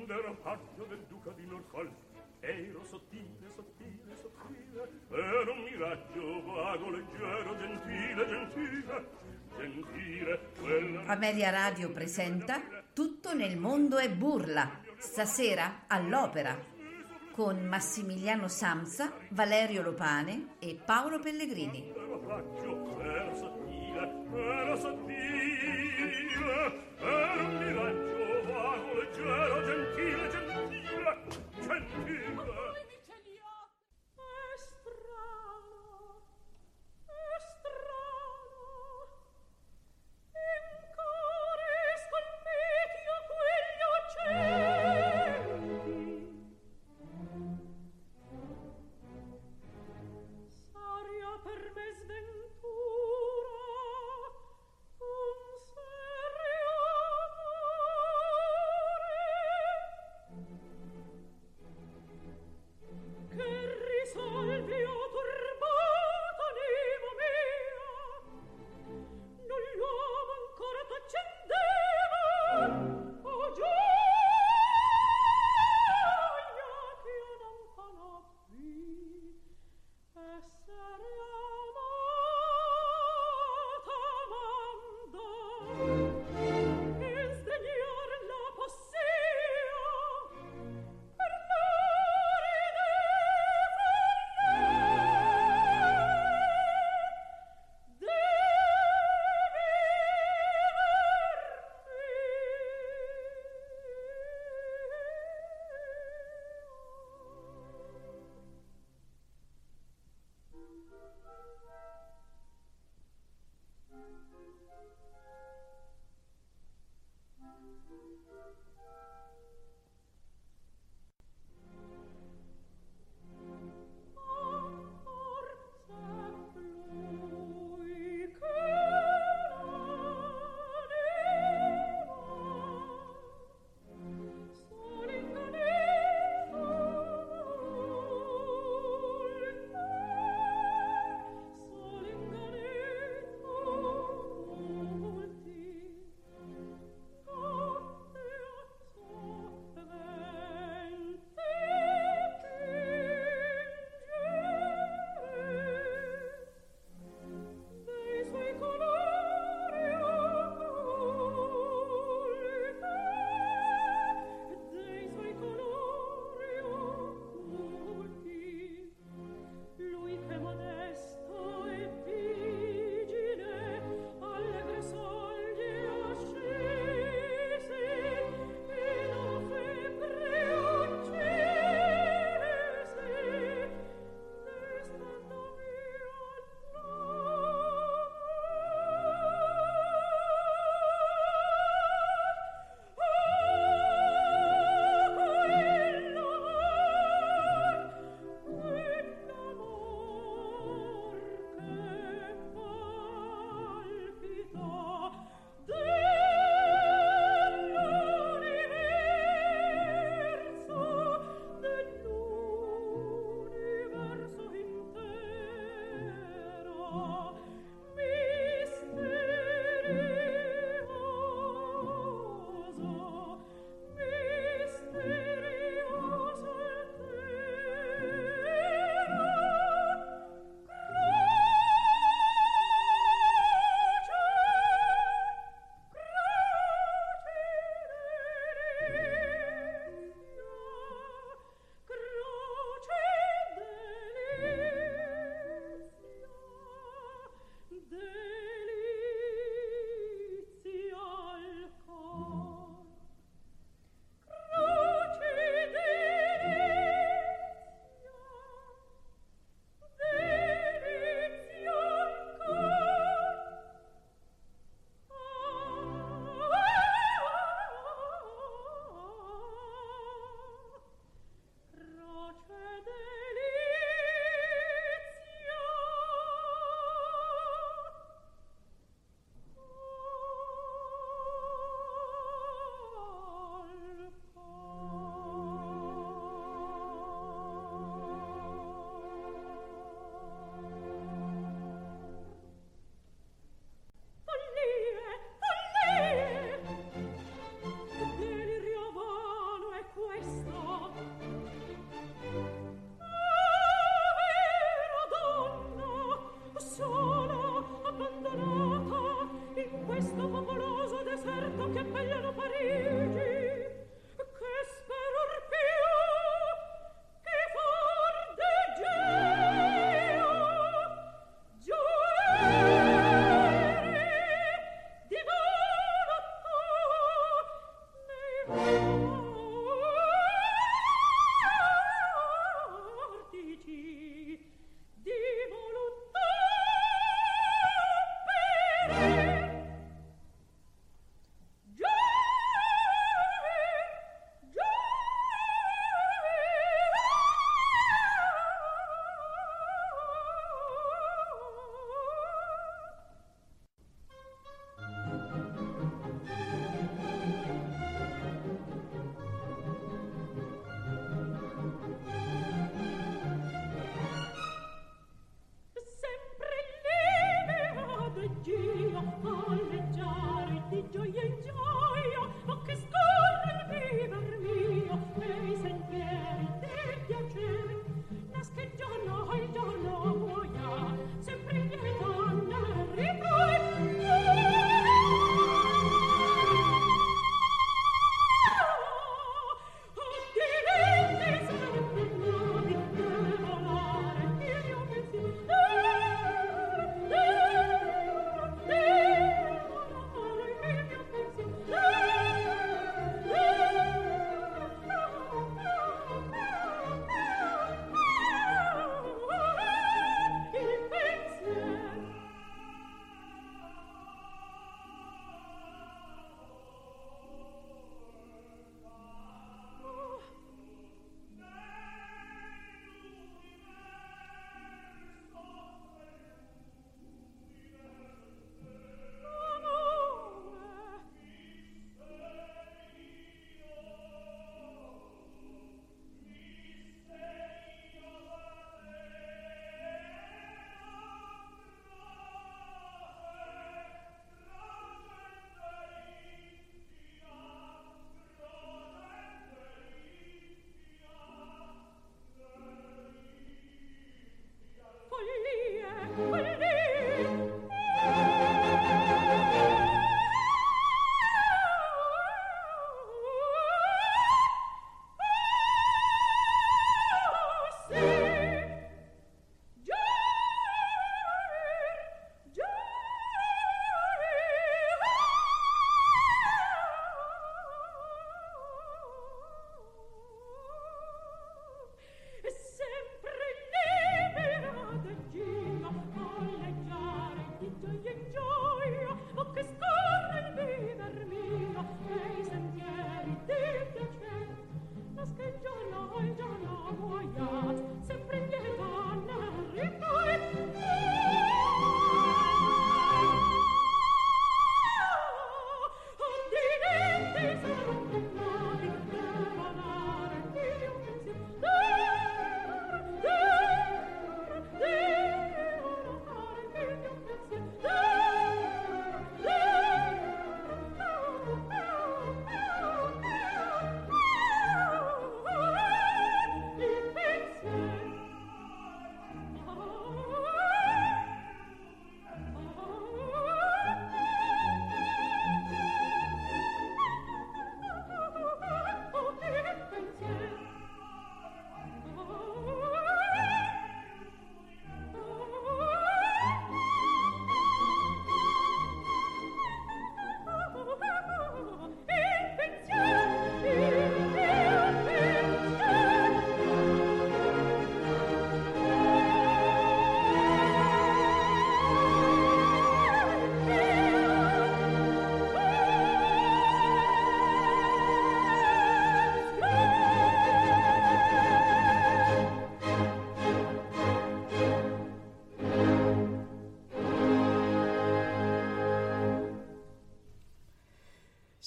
era paggio del duca di Norfolk. Ero sottile, sottile, sottile, ero un miraggio vago, leggero, gentile, gentile, gentile. Amelia Radio presenta Tutto nel mondo è burla, stasera all'Opera, con Massimiliano Samsa, Valerio Lopane e Paolo Pellegrini. Era sottile, era un miraggio vago, leggero, gentile, gentile, gentile.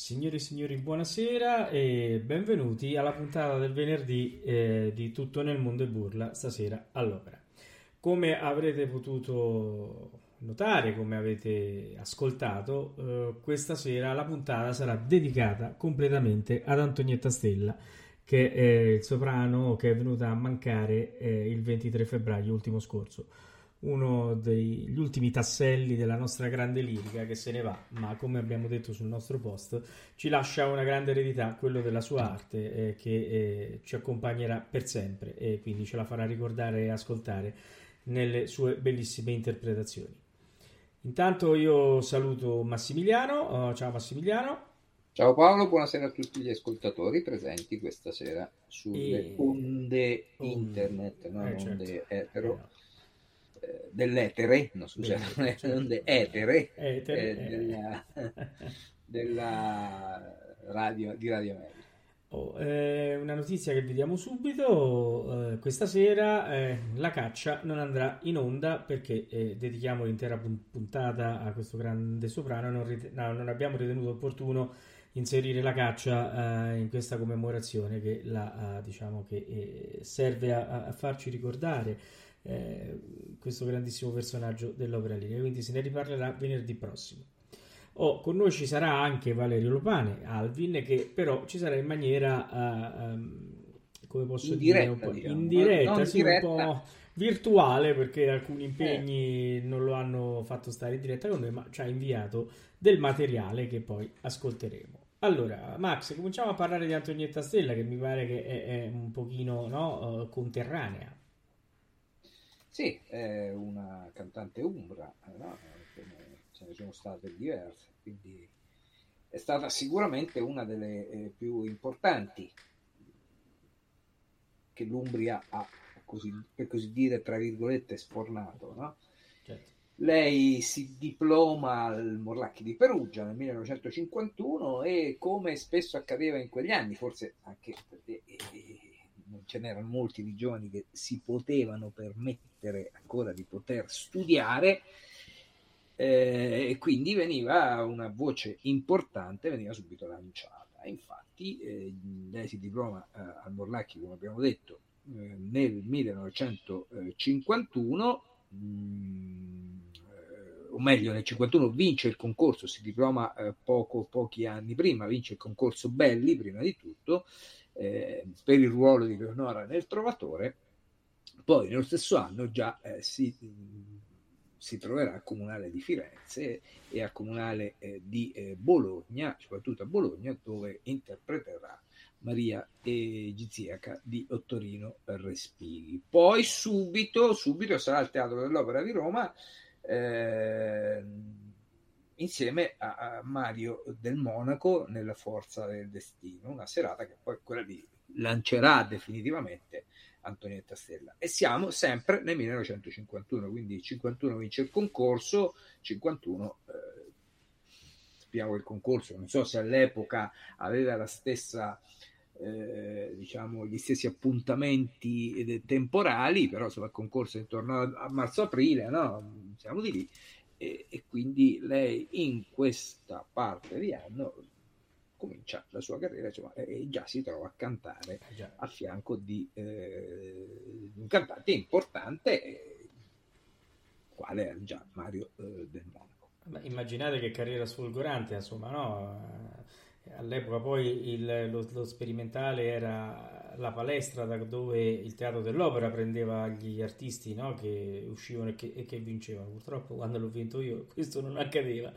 Signore e signori, buonasera e benvenuti alla puntata del venerdì di Tutto nel mondo e burla, stasera all'opera. Come avrete potuto notare, come avete ascoltato, questa sera la puntata sarà dedicata completamente ad Antonietta Stella, che è il soprano che è venuta a mancare il 23 febbraio ultimo scorso. Uno degli ultimi tasselli della nostra grande lirica che se ne va, ma come abbiamo detto sul nostro post, ci lascia una grande eredità, quello della sua arte, che ci accompagnerà per sempre e quindi ce la farà ricordare e ascoltare nelle sue bellissime interpretazioni. Intanto io saluto Massimiliano. Ciao Massimiliano. Ciao Paolo, buonasera a tutti gli ascoltatori presenti questa sera sulle onde internet, non onde etero. Dell'etere, no scusa, onde etere, della radio di Radio America. Una notizia che vediamo subito, questa sera la caccia non andrà in onda perché dedichiamo l'intera puntata a questo grande soprano, non abbiamo ritenuto opportuno inserire la caccia in questa commemorazione che diciamo che serve a farci ricordare questo grandissimo personaggio dell'opera lirica, quindi se ne riparlerà venerdì prossimo. Con noi ci sarà anche Valerio Lopane, Alvin, che però ci sarà in maniera come posso dire, un po' diciamo. in diretta, sì, diretta, un po' virtuale, perché alcuni impegni non lo hanno fatto stare in diretta con noi, ma ci ha inviato del materiale che poi ascolteremo. Allora, Max, cominciamo a parlare di Antonietta Stella, che mi pare che è un pochino conterranea. Sì, è una cantante umbra, no? Ce ne sono state diverse, quindi è stata sicuramente una delle più importanti che l'Umbria ha, per così dire, tra virgolette, sfornato, no? Certo. Lei si diploma al Morlacchi di Perugia nel 1951 e, come spesso accadeva in quegli anni, forse anche perché non ce n'erano molti di giovani che si potevano permettere ancora di poter studiare, e quindi veniva una voce importante, veniva subito lanciata. Infatti lei si diploma al Morlacchi, come abbiamo detto, nel 1951, o meglio nel 51 vince il concorso, si diploma pochi anni prima, vince il concorso Belli prima di tutto, per il ruolo di Leonora nel Trovatore. Poi nello stesso anno già si troverà al Comunale di Firenze e al Comunale di Bologna, soprattutto a Bologna, dove interpreterà Maria Egiziaca di Ottorino Respighi. Poi subito sarà al Teatro dell'Opera di Roma, insieme a Mario del Monaco nella Forza del Destino, una serata che poi quella lì lancerà definitivamente Antonietta Stella. E siamo sempre nel 1951, quindi il 51 vince il concorso, 51 spiego il concorso, non so se all'epoca aveva la stessa diciamo gli stessi appuntamenti temporali, però insomma il concorso è intorno a marzo-aprile, no? Siamo di lì. E quindi lei in questa parte di anno comincia la sua carriera, insomma, e già si trova a cantare a fianco di un cantante importante, quale è già Mario del Monaco. Beh, immaginate che carriera sfolgorante, insomma, no? All'epoca poi lo sperimentale era la palestra da dove il Teatro dell'Opera prendeva gli artisti, no? Che uscivano e che vincevano. Purtroppo quando l'ho vinto io questo non accadeva.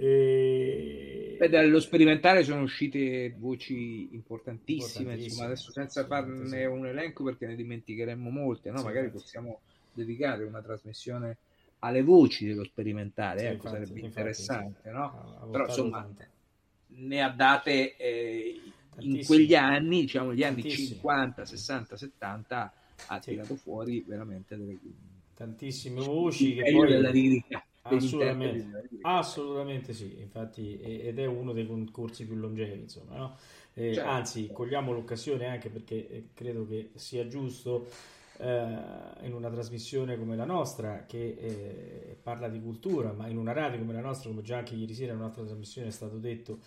Dallo sperimentale sono uscite voci importantissime, insomma, adesso senza farne un elenco perché ne dimenticheremmo molte, no? Sì, magari possiamo dedicare una trasmissione alle voci dello sperimentale, sì, ecco, sarebbe interessante, sì, no? Però insomma tante. Ne ha date in quegli anni, diciamo gli anni 50, 60, 70, ha tirato fuori veramente delle tantissime voci che poi della lirica. Assolutamente sì, infatti, ed è uno dei concorsi più longevi, insomma, no? Certo. Anzi, cogliamo l'occasione anche perché credo che sia giusto in una trasmissione come la nostra che parla di cultura, ma in una radio come la nostra, come già anche ieri sera in un'altra trasmissione è stato detto,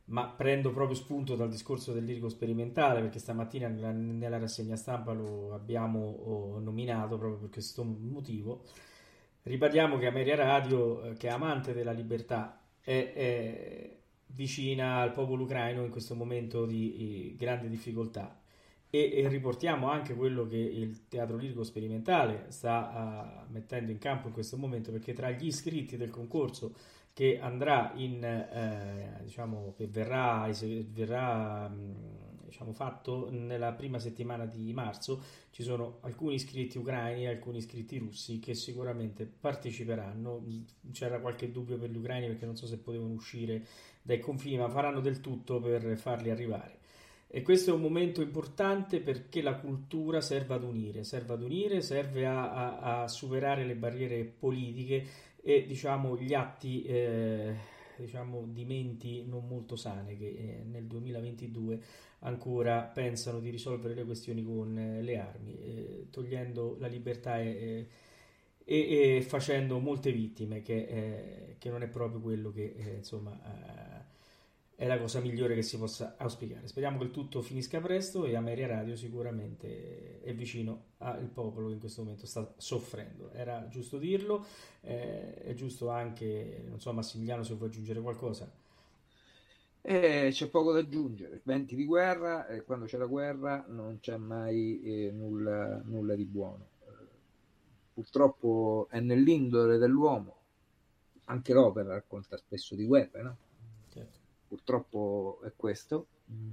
ma prendo proprio spunto dal discorso del lirico sperimentale, perché stamattina nella rassegna stampa lo abbiamo nominato proprio per questo motivo. Ribadiamo che Ameria Radio, che è amante della libertà, è vicina al popolo ucraino in questo momento di grande difficoltà, e riportiamo anche quello che il teatro lirico sperimentale sta mettendo in campo in questo momento, perché tra gli iscritti del concorso che andrà diciamo, che verrà diciamo, fatto nella prima settimana di marzo, ci sono alcuni iscritti ucraini e alcuni iscritti russi che sicuramente parteciperanno. C'era qualche dubbio per gli ucraini, perché non so se potevano uscire dai confini, ma faranno del tutto per farli arrivare. E questo è un momento importante, perché la cultura serve ad unire, serve a superare le barriere politiche e, diciamo, gli atti diciamo, di menti non molto sane che nel 2022 ancora pensano di risolvere le questioni con le armi, togliendo la libertà e facendo molte vittime, che non è proprio quello che insomma è la cosa migliore che si possa auspicare. Speriamo che il tutto finisca presto, e Ameria Radio sicuramente è vicino al popolo che in questo momento sta soffrendo. Era giusto dirlo, è giusto anche, non so Massimiliano se vuoi aggiungere qualcosa. C'è poco da aggiungere, venti di guerra, e quando c'è la guerra non c'è mai nulla di buono. Purtroppo è nell'indole dell'uomo, anche l'opera racconta spesso di guerre, no? Certo. Purtroppo è questo.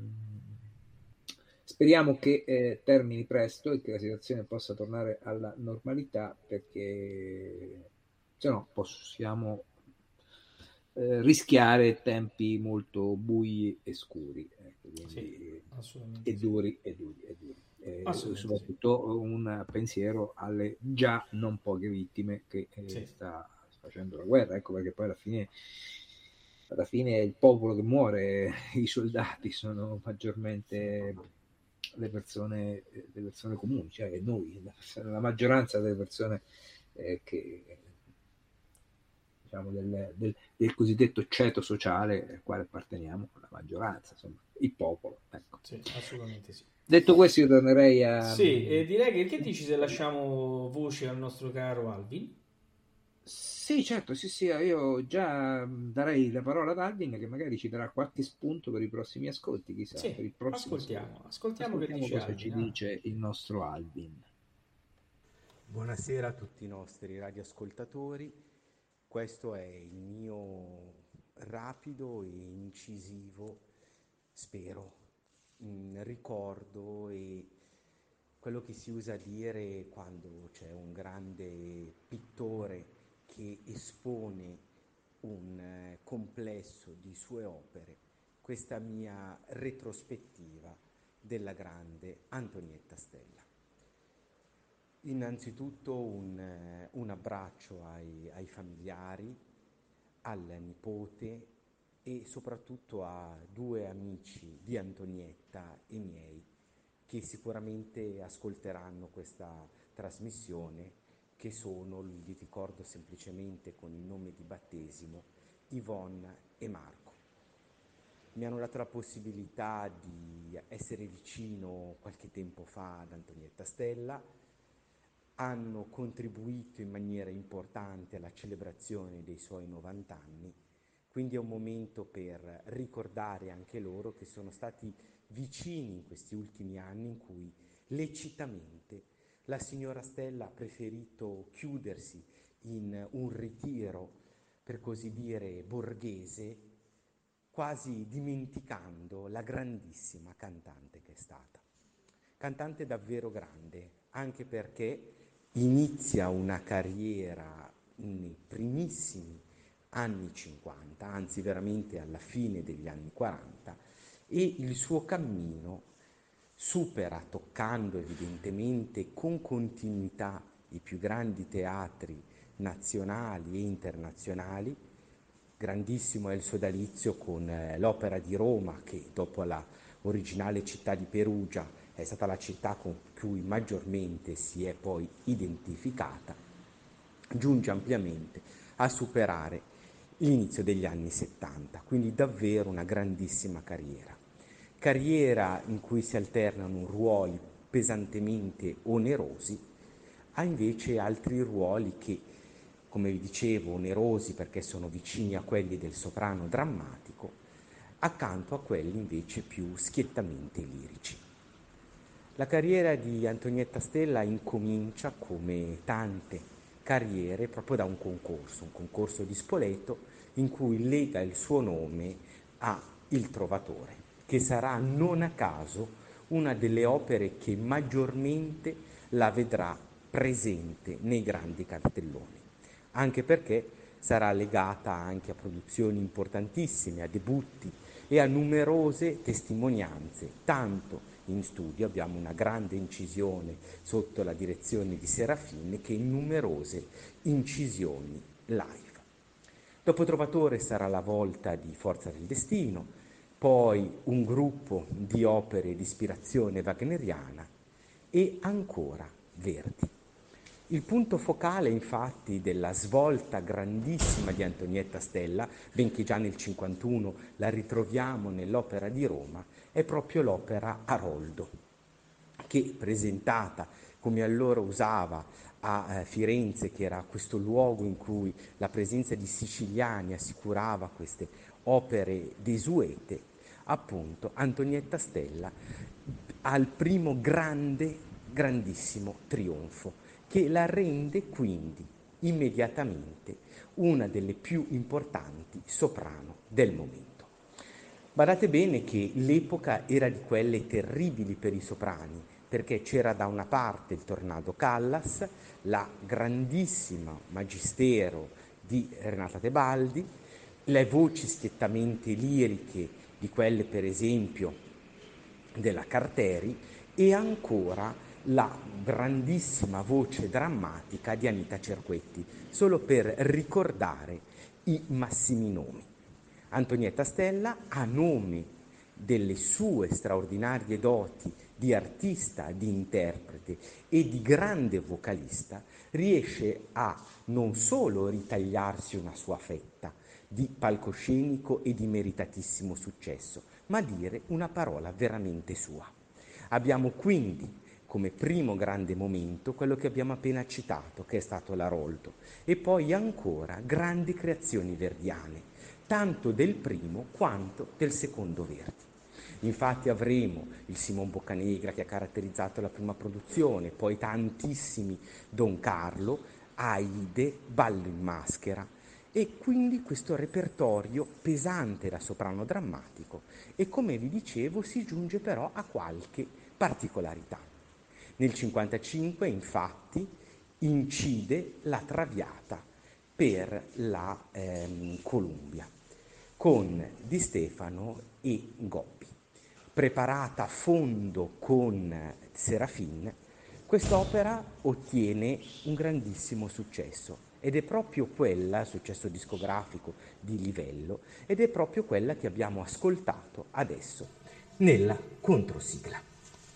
Speriamo che termini presto e che la situazione possa tornare alla normalità, perché se no possiamo rischiare tempi molto bui e scuri, quindi, sì, e duri. Soprattutto un pensiero alle già non poche vittime che sta facendo la guerra. Ecco perché poi alla fine è il popolo che muore, i soldati sono maggiormente le persone comuni, cioè noi, la maggioranza delle persone che diciamo del cosiddetto ceto sociale al quale apparteniamo, la maggioranza, insomma, il popolo. Ecco. Sì, assolutamente sì. Detto questo, io tornerei a... Sì, direi che dici se lasciamo voce al nostro caro Alvin? Sì, certo, sì, io già darei la parola ad Alvin, che magari ci darà qualche spunto per i prossimi ascolti, chissà, sì, per il prossimo ascoltiamo che dice cosa Alvin, ci dice il nostro Alvin. Buonasera a tutti i nostri radioascoltatori, questo è il mio rapido e incisivo, spero, ricordo e quello che si usa dire quando c'è un grande pittore che espone un complesso di sue opere, questa mia retrospettiva della grande Antonietta Stella. Innanzitutto un abbraccio ai familiari, al nipote e soprattutto a due amici di Antonietta e miei che sicuramente ascolteranno questa trasmissione, che sono, li ricordo semplicemente con il nome di battesimo, Yvonne e Marco. Mi hanno dato la possibilità di essere vicino qualche tempo fa ad Antonietta Stella, hanno contribuito in maniera importante alla celebrazione dei suoi 90 anni, quindi è un momento per ricordare anche loro che sono stati vicini in questi ultimi anni in cui lecitamente la signora Stella ha preferito chiudersi in un ritiro, per così dire, borghese, quasi dimenticando la grandissima cantante che è stata. Cantante davvero grande, anche perché inizia una carriera nei primissimi anni 50, anzi veramente alla fine degli anni 40, e il suo cammino supera, toccando evidentemente con continuità i più grandi teatri nazionali e internazionali. Grandissimo è il sodalizio con l'Opera di Roma, che dopo la originale città di Perugia è stata la città con cui maggiormente si è poi identificata. Giunge ampiamente a superare l'inizio degli anni 70, quindi davvero una grandissima carriera in cui si alternano ruoli pesantemente onerosi a invece altri ruoli che, come vi dicevo, onerosi perché sono vicini a quelli del soprano drammatico, accanto a quelli invece più schiettamente lirici. La carriera di Antonietta Stella incomincia, come tante carriere, proprio da un concorso di Spoleto, in cui lega il suo nome a Il Trovatore, che sarà non a caso una delle opere che maggiormente la vedrà presente nei grandi cartelloni, anche perché sarà legata anche a produzioni importantissime, a debutti e a numerose testimonianze, tanto in studio, abbiamo una grande incisione sotto la direzione di Serafin, che in numerose incisioni live. Dopo Trovatore sarà la volta di Forza del Destino, poi un gruppo di opere di ispirazione wagneriana e ancora Verdi. Il punto focale, infatti, della svolta grandissima di Antonietta Stella, benché già nel 1951 la ritroviamo nell'Opera di Roma, è proprio l'opera Aroldo, che presentata come allora usava a Firenze, che era questo luogo in cui la presenza di siciliani assicurava queste opere desuete, appunto Antonietta Stella ha il primo grandissimo trionfo, che la rende quindi immediatamente una delle più importanti soprano del momento. Badate bene che l'epoca era di quelle terribili per i soprani, perché c'era da una parte il Tornado Callas, la grandissima Magistero di Renata Tebaldi, le voci schiettamente liriche di quelle per esempio della Carteri e ancora la grandissima voce drammatica di Anita Cerquetti, solo per ricordare i massimi nomi. Antonietta Stella, a nome delle sue straordinarie doti di artista, di interprete e di grande vocalista, riesce a non solo ritagliarsi una sua fetta di palcoscenico e di meritatissimo successo, ma dire una parola veramente sua. Abbiamo quindi come primo grande momento quello che abbiamo appena citato, che è stato l'Aroldo, e poi ancora grandi creazioni verdiane, tanto del primo quanto del secondo Verdi. Infatti avremo il Simon Boccanegra che ha caratterizzato la prima produzione, poi tantissimi Don Carlo, Aide, Ballo in maschera, e quindi questo repertorio pesante da soprano drammatico, e come vi dicevo si giunge però a qualche particolarità. Nel 1955 infatti incide La Traviata per la Columbia con Di Stefano e Gobbi. Preparata a fondo con Serafin, quest'opera ottiene un grandissimo successo ed è proprio quella, successo discografico di livello, ed è proprio quella che abbiamo ascoltato adesso nella controsigla.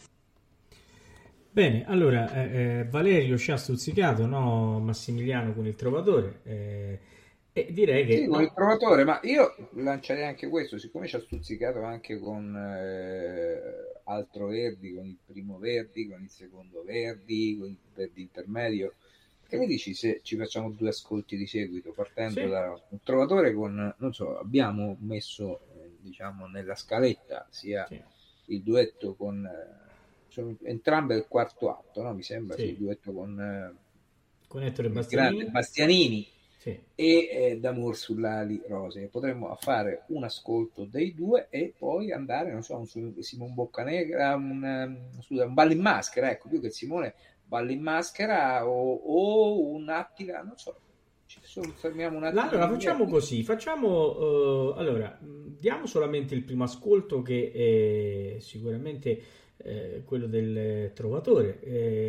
Bene, allora Valerio ci ha stuzzicato, no, Massimiliano, con Il Trovatore, e direi che... Sì, con Il Trovatore, ma io lancerei anche questo, siccome ci ha stuzzicato anche con altro Verdi, con il primo Verdi, con il secondo Verdi, con il Verdi intermedio. Che mi dici se ci facciamo due ascolti di seguito, partendo da Un Trovatore con, non so, abbiamo messo, diciamo, nella scaletta sia il duetto con... sono entrambe il quarto atto, no? Mi sembra, sì, il duetto con Ettore Bastianini e D'Amor sull'ali rosee. Potremmo fare un ascolto dei due e poi andare, non so, un Simon Boccanegra, un Ballo in maschera, ecco, più che Simone Ballo in maschera o un Attila, non so. Ci fermiamo un attimo. Allora facciamo così, allora diamo solamente il primo ascolto, che è sicuramente quello del Trovatore,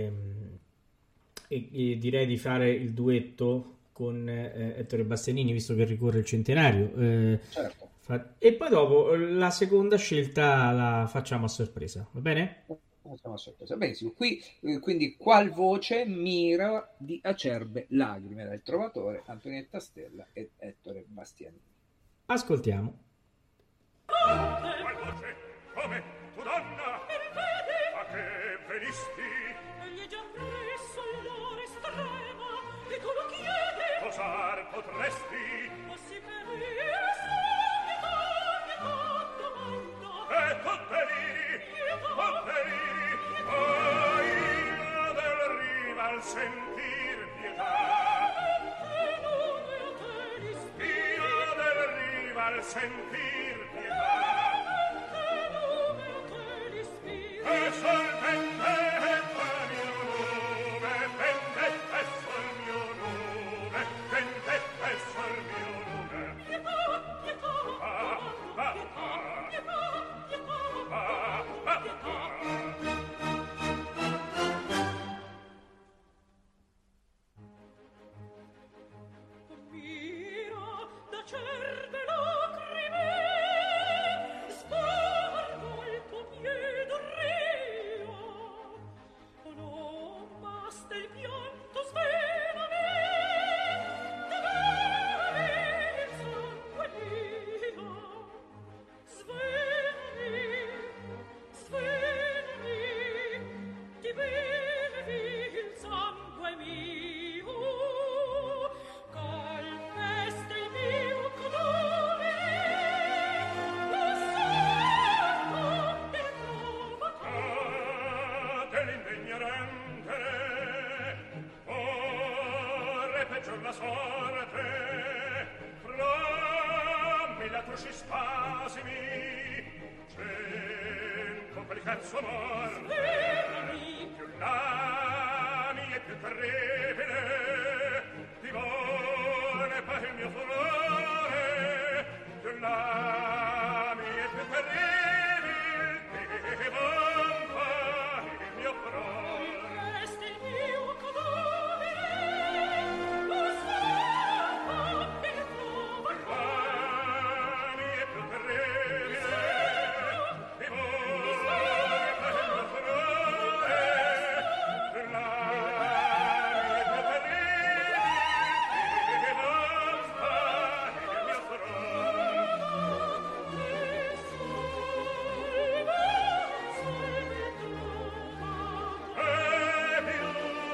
e direi di fare il duetto con Ettore Bastianini, visto che ricorre il centenario, certo. E poi dopo la seconda scelta la facciamo a sorpresa, va bene? Benissimo. Qui quindi Qual voce mira di acerbe lagrime, dal Trovatore, Antonietta Stella e Ettore Bastianini. Bastianini. Ascoltiamo. voce, come tu donna, a che venisti? Egli è già presso all'ora estrema, e tu lo chiedi. Osar potresti? Ma si per esso, pietà, domanda. E tu deliri, oh, io del rival sentir pietà. Io del rival sentir pietà. E sol vendetta mio nome, vendetta sol mio nome, vendetta sol mio nome. Mira da cerve lacrime, sguardo il tuo piede rio. Oh no, basta il pianto, svelami, devori il sangue mio. Svelami, ti bevi il sangue mio. Calpesta il mio cadavere, lo sangue del provoca. Dell'indegnerente, vorrei peggior la sorte, frammi la tusci spasimi, cento per il cazzo amor, più l'ami e più terribile, divore per il mio furore, più l'ami e più terribile, divore per il mio furore. Calpesta il mio cadavere, lo sangue del provoca. L'ami è più terribile, divore per il mio furore, più l'ami è più terribile, divore per il mio furore. E più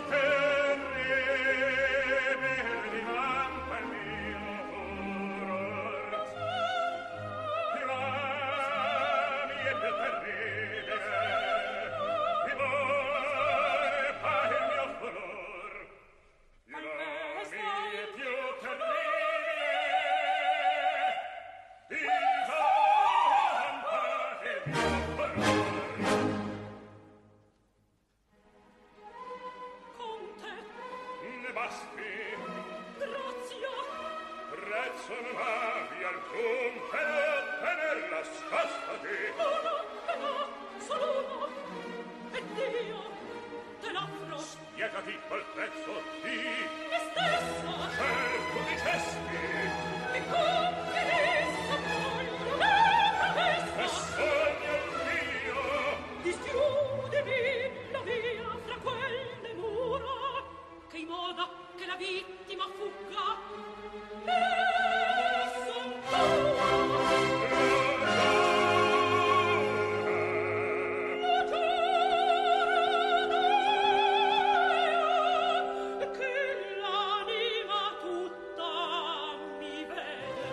terribile diventa il mio furor. Più l'ami è più terribile, divore per il mio furor. Più l'ami è più terribile, diventa il mio furor. Conte, Ne basti, grazia, prezzo non hai alcun per ottenerla, scostati. uno e no, solo uno, e Dio te l'affro. Spiegati quel prezzo di Me stessa, certo dicesti mi confidessa voglio la e promessa. sogno il mio. Dischiudimi la via fra quelle mura, che in modo che la vittima fugga e son tua. Lo giuro che l'anima tutta mi vede.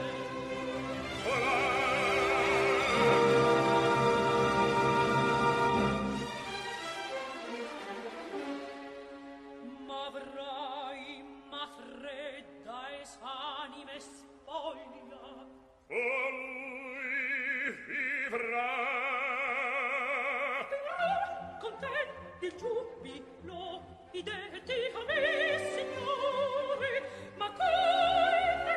Ma avrai ma fredda e s'anime spoglia. Poi vivrà. Contenti il giubilo, i detti a me, signori, ma corre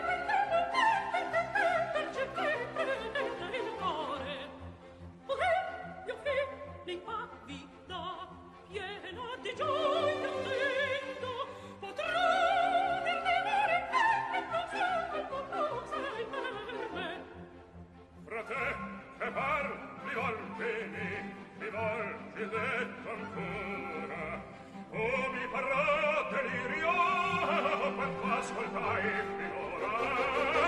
per cercare prendere il cuore. Io fine impavida, piena di gioia attendo, potrò nel memore non sai per me. Fra te che parli volvini, mi volgi detto ancora. O mi parrà delirio, quanto ascoltai finora. O mi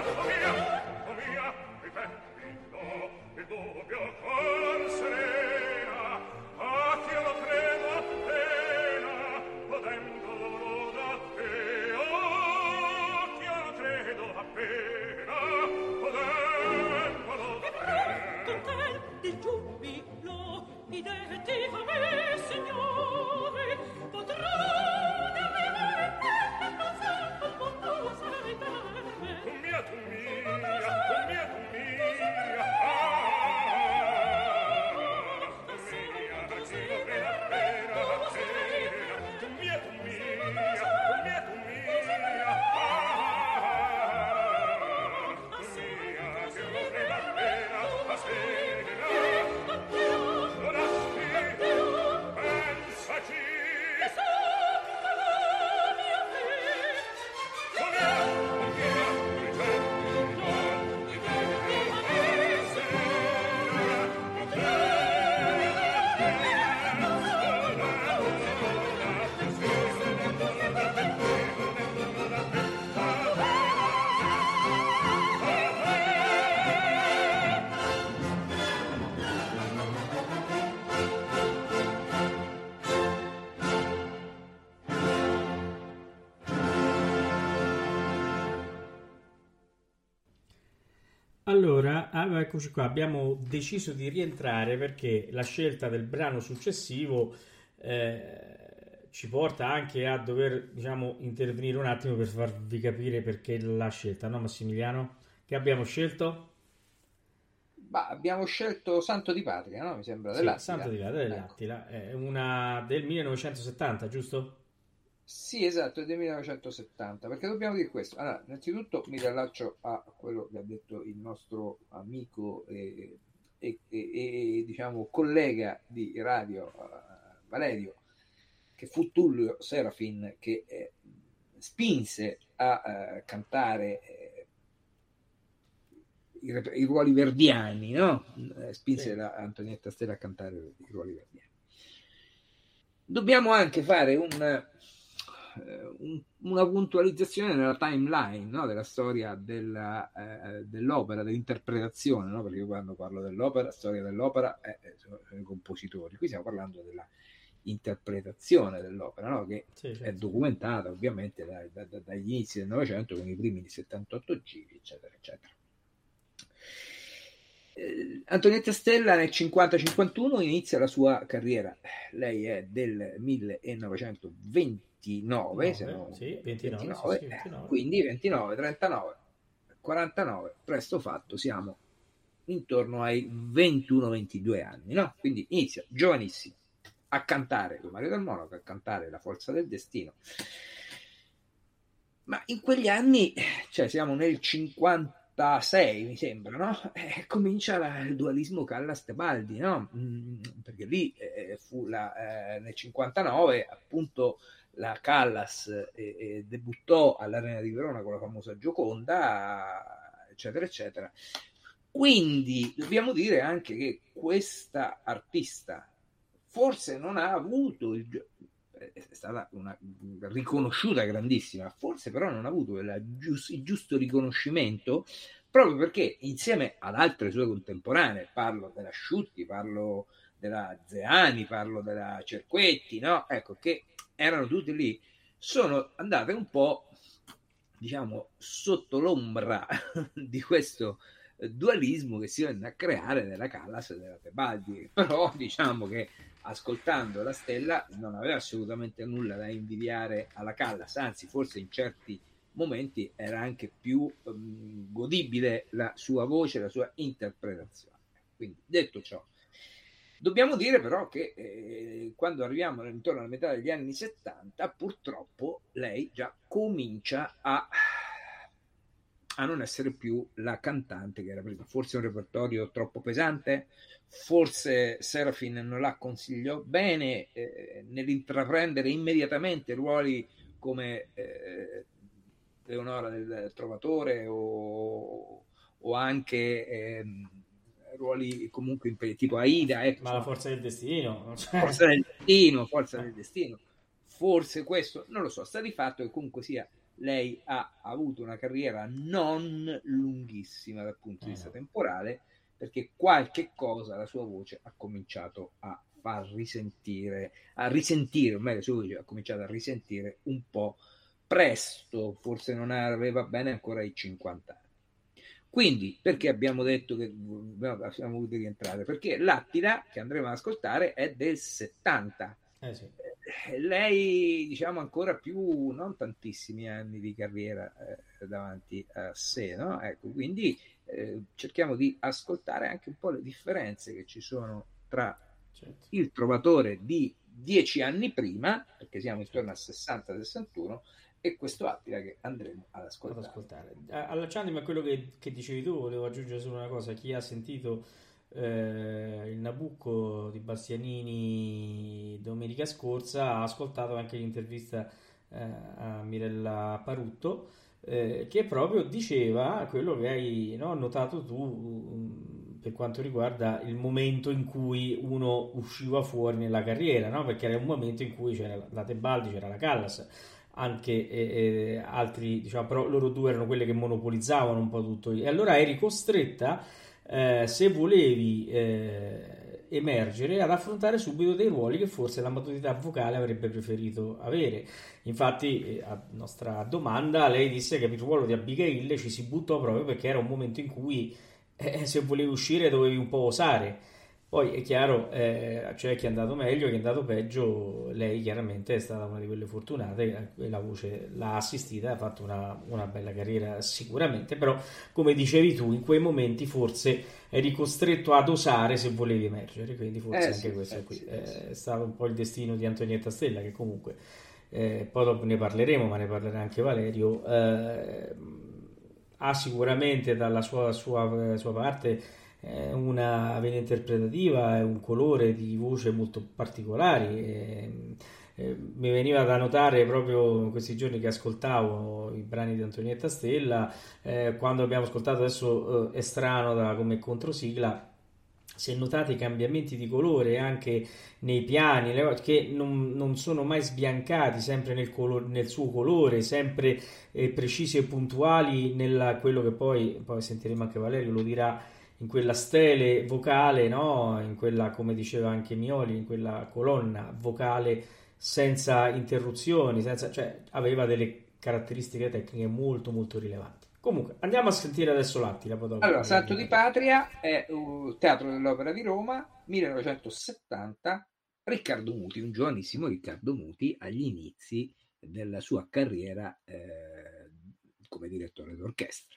Allora, eccoci qua, abbiamo deciso di rientrare perché la scelta del brano successivo ci porta anche a dover, diciamo, intervenire un attimo per farvi capire perché la scelta, no Massimiliano? Che abbiamo scelto? Abbiamo scelto Santo di Patria, no? Mi sembra, Sì, dell'Attila. Santo di Patria dell'Attila, è una del 1970, giusto? Sì, esatto, è del 1970, perché dobbiamo dire questo. Allora, innanzitutto mi riallaccio a quello che ha detto il nostro amico e diciamo collega di radio Valerio, che fu Tullio Serafin che spinse a cantare i ruoli verdiani, no? Spinse Sì. Antonietta Stella a cantare i ruoli verdiani. Dobbiamo anche fare una puntualizzazione nella timeline, no? Della storia dell'opera, dell'interpretazione, no? Perché io quando parlo dell'opera, storia dell'opera, sono i compositori. Qui stiamo parlando della interpretazione dell'opera, no? Che Sì, certo. è documentata ovviamente dagli inizi del Novecento con i primi di 78 giri, eccetera, eccetera. Antonietta Stella nel 50-51 inizia la sua carriera. Lei è del 1929, se no, sì, 29, 29, sì, 29. Quindi 29, 39, 49, presto fatto, siamo intorno ai 21-22 anni, no? Quindi inizia giovanissimo a cantare con Mario del Monaco, a cantare La forza del destino. Ma in quegli anni, cioè siamo nel 56, mi sembra, no? Comincia il dualismo Callas-Tebaldi, no? Perché lì fu nel 59, appunto, la Callas debuttò all'Arena di Verona con la famosa Gioconda, eccetera, eccetera. Quindi dobbiamo dire anche che questa artista forse non ha avuto è stata una riconosciuta grandissima, forse però non ha avuto il giusto riconoscimento, proprio perché insieme ad altre sue contemporanee, parlo della Sciutti, parlo della Zeani, parlo della Cerquetti, no? Ecco, che erano tutti lì, sono andate un po', diciamo, sotto l'ombra di questo dualismo che si venne a creare nella Callas e della Tebaldi. Però diciamo che ascoltando la Stella non aveva assolutamente nulla da invidiare alla Callas, anzi forse in certi momenti era anche più godibile la sua voce, la sua interpretazione. Quindi, detto ciò, dobbiamo dire però che quando arriviamo intorno alla metà degli anni 70, purtroppo lei già comincia a non essere più la cantante che era prima. Forse un repertorio troppo pesante, forse Serafin non la consigliò bene nell'intraprendere immediatamente ruoli come Leonora del Trovatore o anche ruoli comunque tipo Aida, ecco, ma la forza del destino, forza del destino, forse questo non lo so, sta di fatto che comunque sia lei ha avuto una carriera non lunghissima dal punto di vista temporale, perché qualche cosa la sua voce ha cominciato a far risentire, o meglio, la sua voce ha cominciato a risentire un po' presto, forse non aveva bene ancora i 50 anni. Quindi, perché abbiamo detto che siamo voluti rientrare? Perché l'Attila che andremo ad ascoltare è del 70. Sì. Lei, diciamo, ancora più, non tantissimi anni di carriera davanti a sé, no? Ecco, quindi cerchiamo di ascoltare anche un po' le differenze che ci sono tra il Trovatore di 10 anni prima, perché siamo intorno al 60-61, e questo Attila che andremo ad ascoltare. Allacciandomi a quello che dicevi tu, volevo aggiungere solo una cosa: chi ha sentito il Nabucco di Bastianini domenica scorsa ha ascoltato anche l'intervista a Mirella Parutto, che proprio diceva quello che hai notato tu, per quanto riguarda il momento in cui uno usciva fuori nella carriera, no? Perché era un momento in cui c'era la Tebaldi, c'era la Callas, anche altri, diciamo, però loro due erano quelle che monopolizzavano un po' tutto, e allora eri costretta, se volevi emergere, ad affrontare subito dei ruoli che forse la maturità vocale avrebbe preferito avere. Infatti, a nostra domanda, lei disse che il ruolo di Abigail ci si buttò proprio perché era un momento in cui se volevi uscire dovevi un po' osare. Poi è chiaro, c'è chi è andato meglio, chi è andato peggio. Lei chiaramente è stata una di quelle fortunate, la voce l'ha assistita, ha fatto una bella carriera sicuramente, però come dicevi tu, in quei momenti forse eri costretto ad osare se volevi emergere, quindi forse anche questo qui è stato un po' il destino di Antonietta Stella, che comunque poi dopo ne parleremo, ma ne parlerà anche Valerio, ha sicuramente dalla sua parte una vena interpretativa e un colore di voce molto particolari. Mi veniva da notare proprio in questi giorni che ascoltavo i brani di Antonietta Stella, quando abbiamo ascoltato adesso È strano come controsigla, se notate i cambiamenti di colore anche nei piani, che non sono mai sbiancati, sempre nel suo colore, sempre precisi e puntuali nella quello che poi sentiremo anche Valerio lo dirà, in quella stele vocale, no? In quella, come diceva anche Mioli, in quella colonna vocale senza interruzioni, cioè aveva delle caratteristiche tecniche molto molto rilevanti. Comunque, andiamo a sentire adesso l'Attila. Allora, Santo di Patria è un teatro dell'Opera di Roma, 1970, Riccardo Muti, un giovanissimo Riccardo Muti agli inizi della sua carriera come direttore d'orchestra.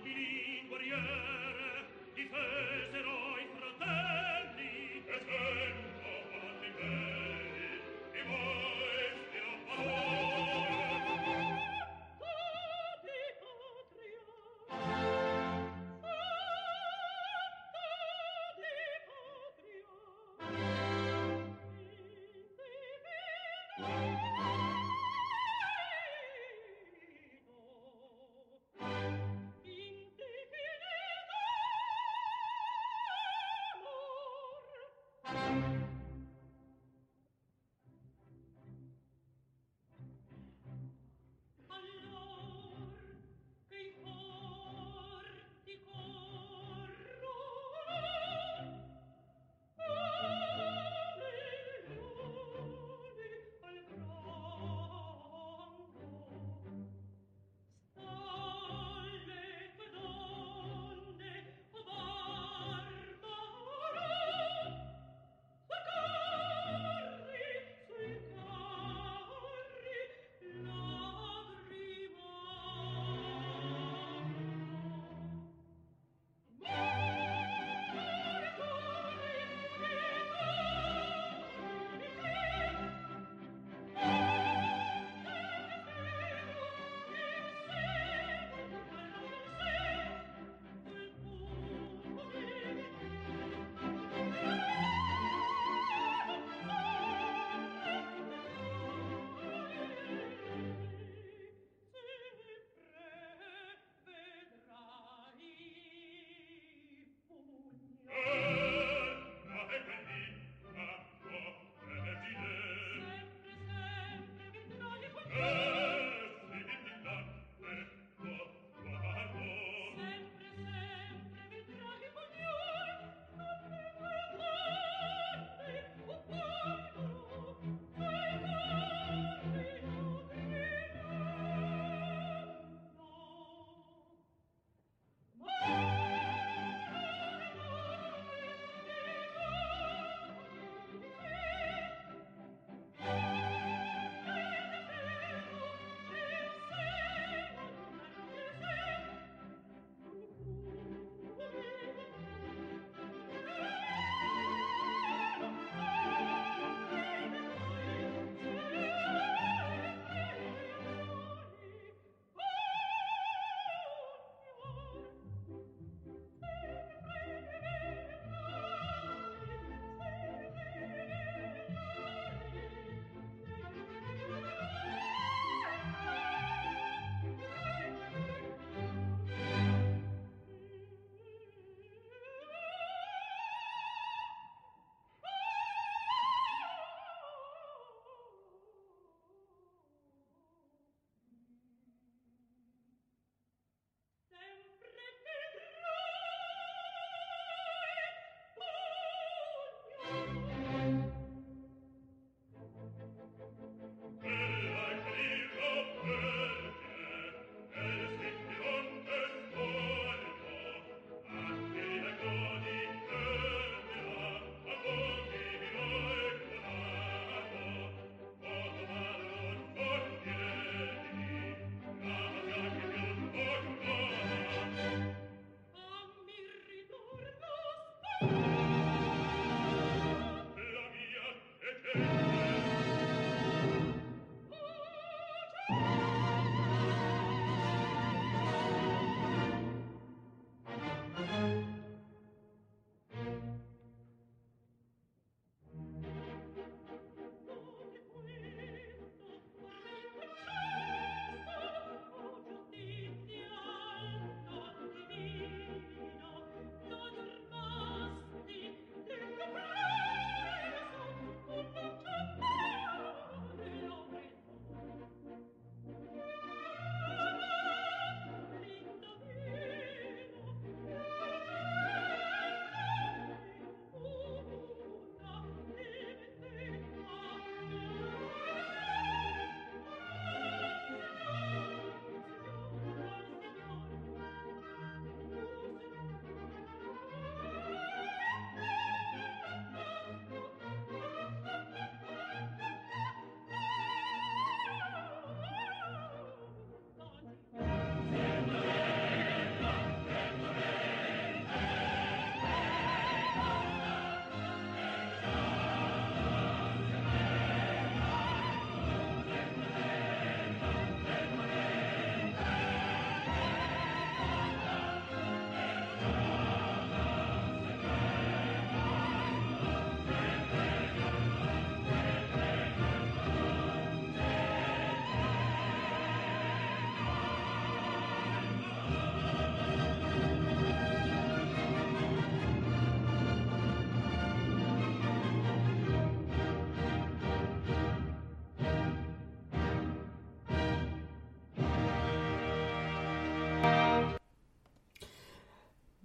Difesero i fratelli e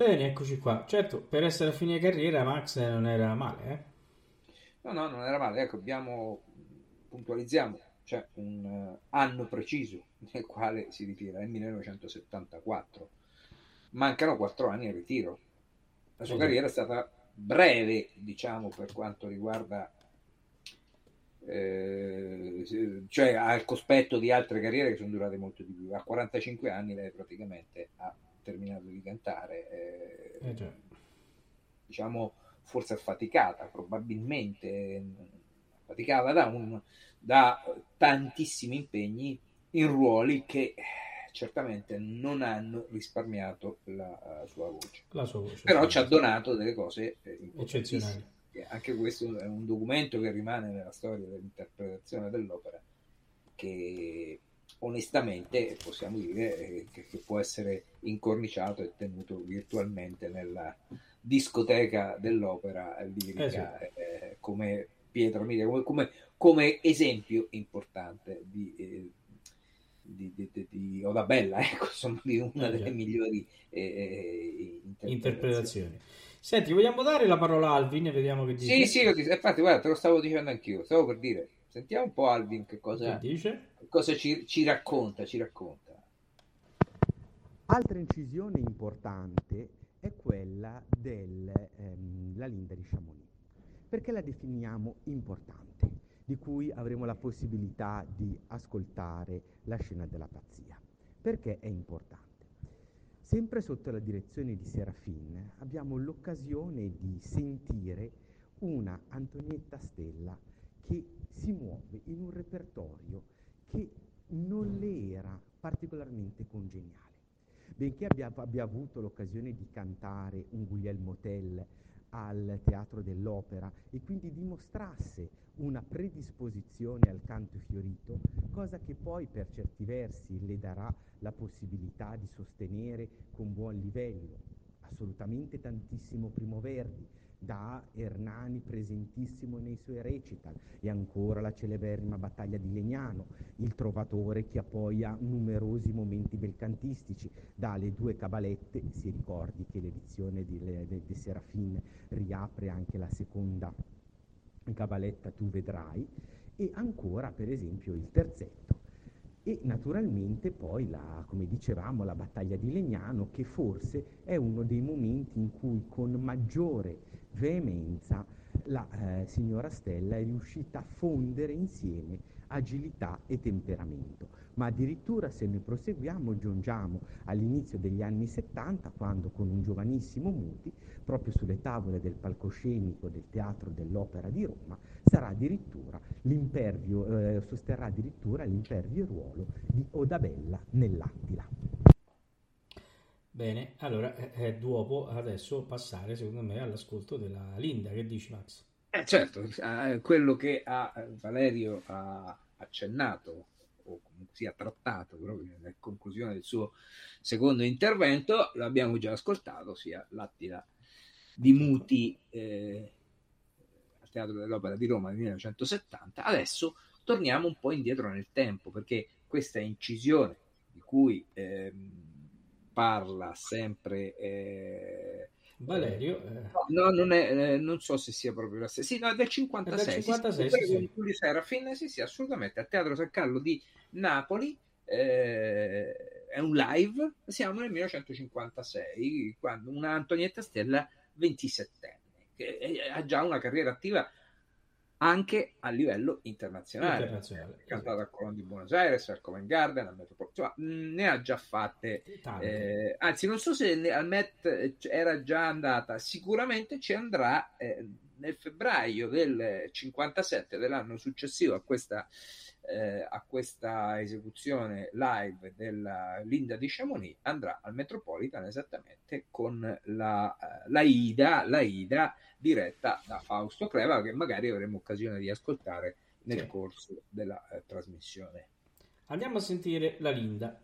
Bene, eccoci qua. Certo, per essere a fine carriera Max non era male, eh? No, no, non era male. Ecco, puntualizziamo, c'è un anno preciso nel quale si ritira, è il 1974. Mancano 4 anni al ritiro. La sua Già. carriera è stata breve, diciamo, per quanto riguarda, cioè al cospetto di altre carriere che sono durate molto di più. A 45 anni lei praticamente ha terminato di cantare, Già. diciamo, forse affaticata, probabilmente affaticata da tantissimi impegni in ruoli che certamente non hanno risparmiato la sua voce. La sua voce. Però sì. ci ha donato delle cose Eccezionali. importantissime. E anche questo è un documento che rimane nella storia dell'interpretazione dell'opera, che onestamente possiamo dire che può essere incorniciato e tenuto virtualmente nella discoteca dell'opera lirica, come pietra miliare, come esempio importante di Oda Bella, ecco, insomma, di una delle migliori interpretazioni. Senti, vogliamo dare la parola a Alvin e vediamo che dice? Sì, infatti, guarda, te lo stavo dicendo anch'io, stavo per dire, sentiamo un po' Alvin che Che dice? ci racconta. Altra incisione importante è quella della Linda di Chamonix. Perché la definiamo importante? Di cui avremo la possibilità di ascoltare la scena della pazzia. Perché è importante? Sempre sotto la direzione di Serafin abbiamo l'occasione di sentire una Antonietta Stella che si muove in un repertorio che non le era particolarmente congeniale. Benché abbia avuto l'occasione di cantare un Guglielmo Tell al Teatro dell'Opera e quindi dimostrasse una predisposizione al canto fiorito, cosa che poi per certi versi le darà la possibilità di sostenere con buon livello assolutamente tantissimo Primo Verdi, da Ernani presentissimo nei suoi recital, e ancora la celeberrima Battaglia di Legnano, il Trovatore che poi ha numerosi momenti belcantistici, dalle due cabalette. Si ricordi che l'edizione di Serafin riapre anche la seconda cabaletta Tu vedrai, e ancora per esempio il terzetto. E naturalmente poi, come dicevamo, la Battaglia di Legnano, che forse è uno dei momenti in cui con maggiore veemenza la signora Stella è riuscita a fondere insieme agilità e temperamento. Ma addirittura, se noi proseguiamo, giungiamo all'inizio degli anni 70, quando con un giovanissimo Muti, proprio sulle tavole del palcoscenico del Teatro dell'Opera di Roma, sosterrà addirittura l'impervio ruolo di Oda Bella nell'Attila. Bene, allora è dopo adesso passare secondo me all'ascolto della Linda. Che dici, Max? Certo, quello che Valerio ha accennato o comunque sia trattato proprio nella conclusione del suo secondo intervento l'abbiamo già ascoltato, sia l'Attila di Muti al Teatro dell'Opera di Roma nel 1970. Adesso torniamo un po' indietro nel tempo, perché questa incisione di cui parla sempre Valerio, no, non so se sia proprio la stessa. Sì, no, è del 56. È del 56, sì. Giulio Serafin, sì, assolutamente, al Teatro San Carlo di Napoli. È un live, siamo nel 1956, quando una Antonietta Stella 27enne, che ha già una carriera attiva anche a livello internazionale. È cantato a Colón di Buenos Aires, al Covent Garden, al Metropolitan, ne ha già fatte, anzi non so se al Met era già andata, sicuramente ci andrà nel febbraio del 57, dell'anno successivo a questa esecuzione live della Linda di Chamonix, andrà al Metropolitan esattamente con la Ida diretta da Fausto Creva, che magari avremo occasione di ascoltare nel corso della trasmissione. Andiamo a sentire la Linda.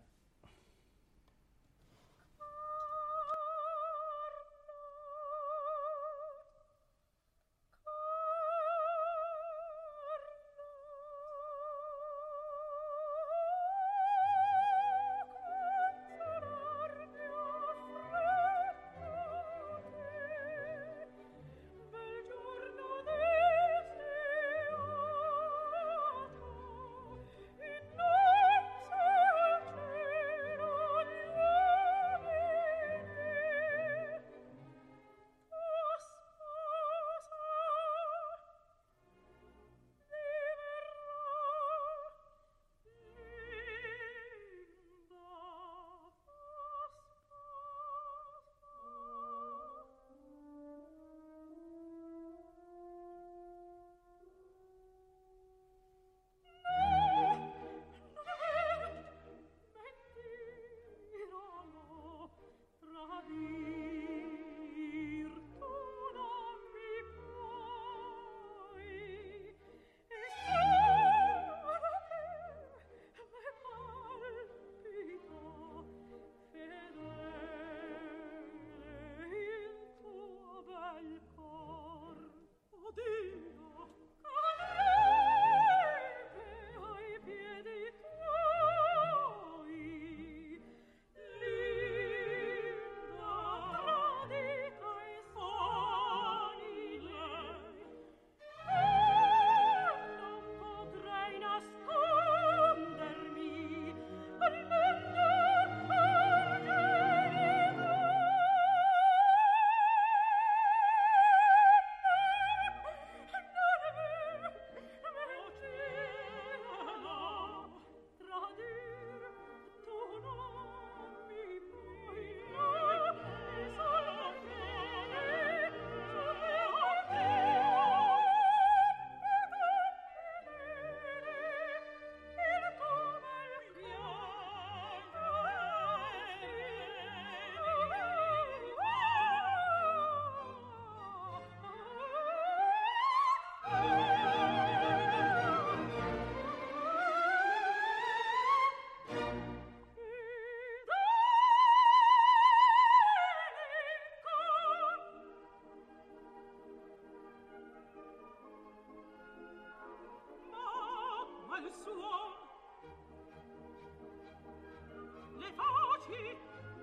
baci.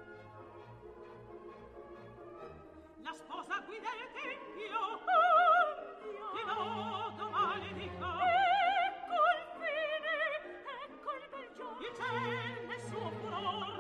La sposa guida il tempio, di modo maledica. Ecco il fine, ecco il bel giorno. Il ciel nel suo furore.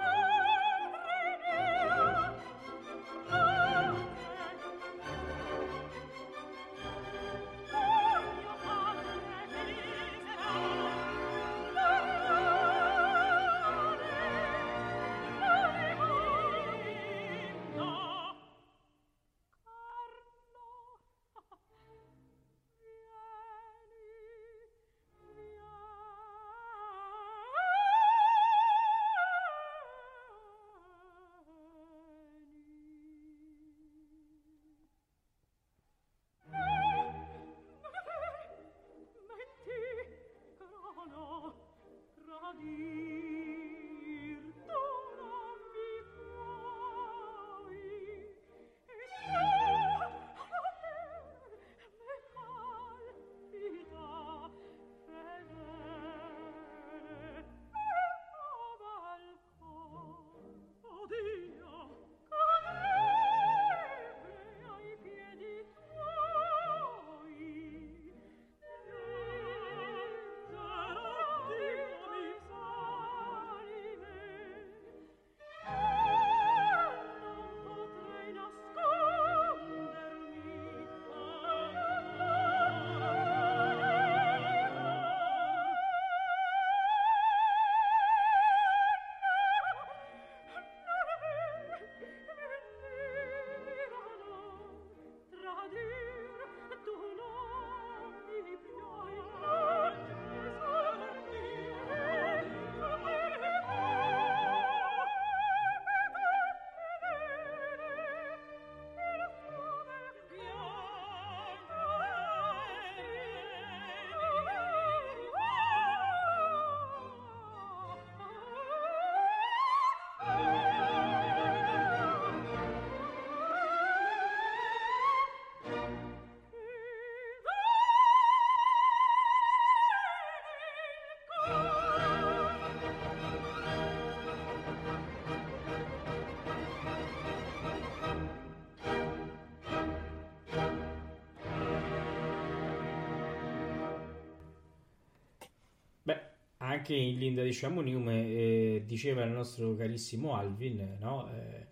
Anche in Linda di Chamonix, diceva il nostro carissimo Alvin, no?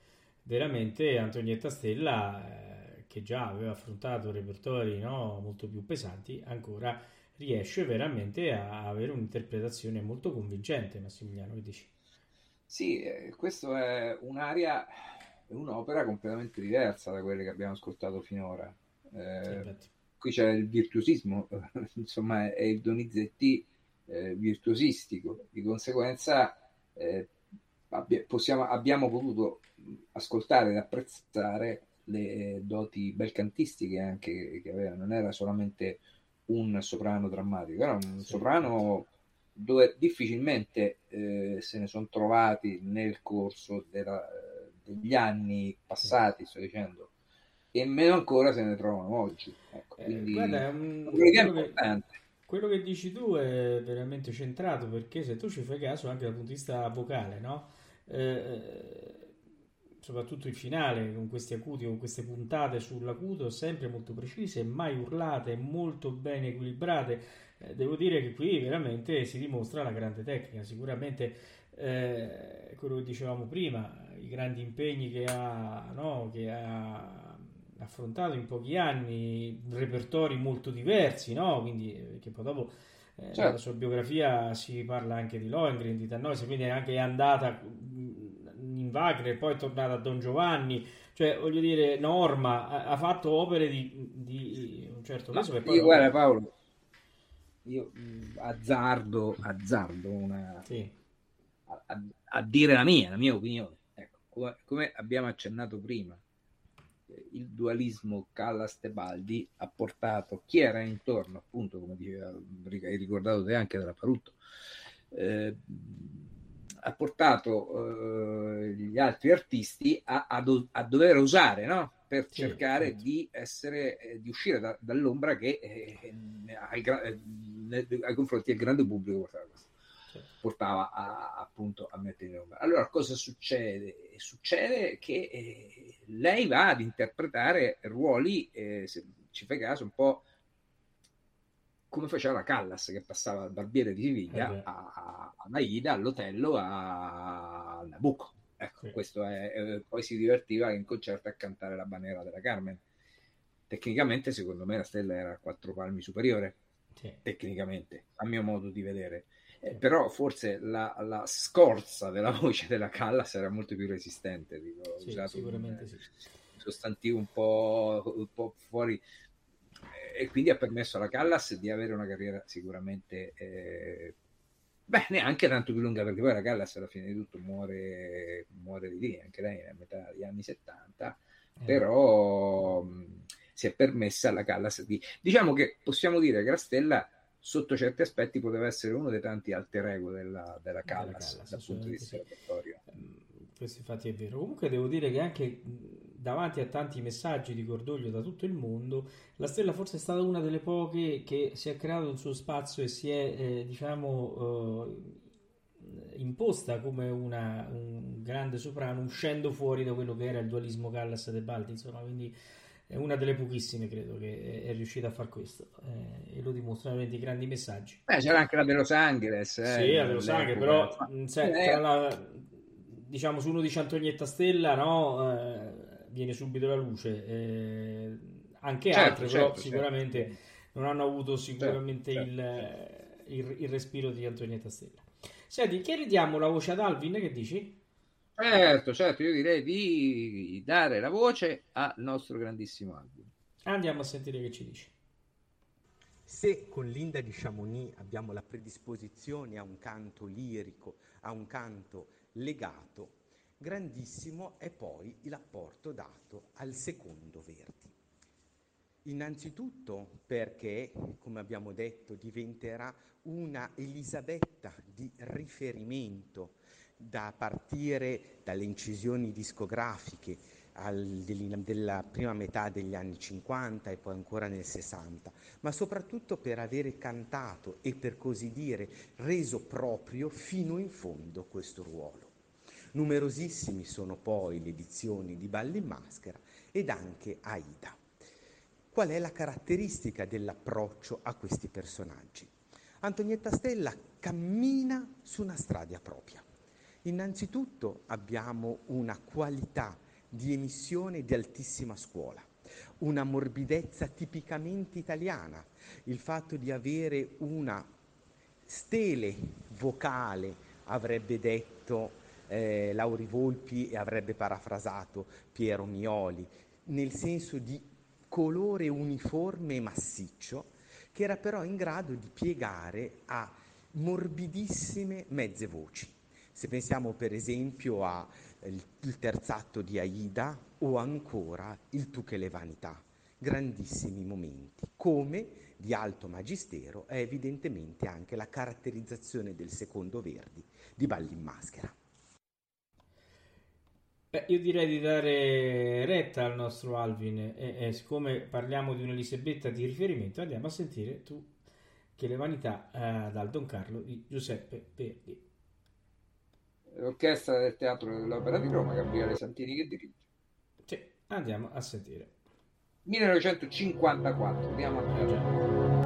Veramente Antonietta Stella, che già aveva affrontato repertori, no, molto più pesanti, ancora riesce veramente a avere un'interpretazione molto convincente. Massimiliano, che dici? Sì, questo è un'aria, un'opera completamente diversa da quelle che abbiamo ascoltato finora. Qui c'è il virtuosismo, insomma, è il Donizetti virtuosistico, di conseguenza abbiamo potuto ascoltare ed apprezzare le doti belcantistiche anche che aveva. Non era solamente un soprano drammatico, era un soprano dove difficilmente se ne sono trovati nel corso degli anni passati, sto dicendo, e meno ancora se ne trovano oggi. Ecco, quindi guarda, è importante. Quello che dici tu è veramente centrato, perché se tu ci fai caso anche dal punto di vista vocale, no? Soprattutto il finale, con questi acuti, con queste puntate sull'acuto sempre molto precise, mai urlate, molto ben equilibrate. Devo dire che qui veramente si dimostra la grande tecnica. Sicuramente quello che dicevamo prima, i grandi impegni che ha, no? Che ha affrontato in pochi anni, repertori molto diversi, no? Quindi che poi dopo nella sua biografia si parla anche di Lohengrin, di Tannhäuser, quindi anche è andata in Wagner, poi è tornata a Don Giovanni, cioè voglio dire, Norma ha fatto opere di un certo peso. Ma io, guarda Paolo, io azzardo una a dire la mia opinione. Ecco, come abbiamo accennato prima, il dualismo Callas-Tebaldi ha portato chi era intorno, appunto, come diceva, hai ricordato te anche della Parutto, ha portato gli altri artisti a dover osare, no? Per cercare di uscire dall'ombra che ai confronti del grande pubblico portava questo. portava appunto a mettere in ombra. Allora cosa succede? Succede che lei va ad interpretare ruoli, se ci fai caso, un po' come faceva la Callas, che passava dal barbiere di Siviglia a Aida, all'Otello, a Nabucco. Ecco, questo è, poi si divertiva in concerto a cantare la Banera della Carmen. Tecnicamente, secondo me, la Stella era a 4 palmi superiore, tecnicamente, a mio modo di vedere. Però forse la scorza della voce della Callas era molto più resistente. Dico, usato sicuramente un sostantivo un po' fuori, e quindi ha permesso alla Callas di avere una carriera sicuramente neanche tanto più lunga, perché poi la Callas alla fine di tutto muore di lì, anche lei a metà degli anni 70, però si è permessa alla Callas di, diciamo che possiamo dire che la Stella sotto certi aspetti poteva essere uno dei tanti alter ego della Callas dal punto di vista repertorio. Questo infatti è vero. Comunque devo dire che anche davanti a tanti messaggi di cordoglio da tutto il mondo, la Stella forse è stata una delle poche che si è creato il suo spazio e si è imposta come un grande soprano, uscendo fuori da quello che era il dualismo Callas-Tebaldi, insomma, quindi è una delle pochissime, credo, che è riuscita a far questo, e lo dimostrano i grandi messaggi. C'era anche la de Los Angeles, sì, la de Los Angeles, però diciamo su uno di Antonietta Stella, no, viene subito la luce, anche altre, però sicuramente non hanno avuto sicuramente il respiro di Antonietta Stella. Senti, che ridiamo la voce ad Alvin, che dici? Certo, io direi di dare la voce al nostro grandissimo Alvin. Andiamo a sentire che ci dice. Se con Linda di Chamonix abbiamo la predisposizione a un canto lirico, a un canto legato, grandissimo è poi l'apporto dato al secondo Verdi. Innanzitutto perché, come abbiamo detto, diventerà una Elisabetta di riferimento da partire dalle incisioni discografiche della prima metà degli anni 50 e poi ancora nel 60, ma soprattutto per avere cantato e, per così dire, reso proprio fino in fondo questo ruolo. Numerosissimi sono poi le edizioni di Balli in Maschera ed anche Aida. Qual è la caratteristica dell'approccio a questi personaggi? Antonietta Stella cammina su una strada propria. Innanzitutto abbiamo una qualità di emissione di altissima scuola, una morbidezza tipicamente italiana, il fatto di avere una stele vocale, avrebbe detto Lauri Volpi e avrebbe parafrasato Piero Mioli, nel senso di colore uniforme e massiccio, che era però in grado di piegare a morbidissime mezze voci. Se pensiamo per esempio al terzetto di Aida o ancora il Tu che le vanità, grandissimi momenti. Come di alto magistero è evidentemente anche la caratterizzazione del secondo Verdi di Balli in Maschera. Io direi di dare retta al nostro Alvin e siccome parliamo di un'Elisabetta di riferimento, andiamo a sentire Tu che le vanità dal Don Carlo di Giuseppe Verdi. L'orchestra del Teatro dell'Opera di Roma, Gabriele Santini che dirige. Sì, andiamo a sentire. 1954, andiamo a teatro.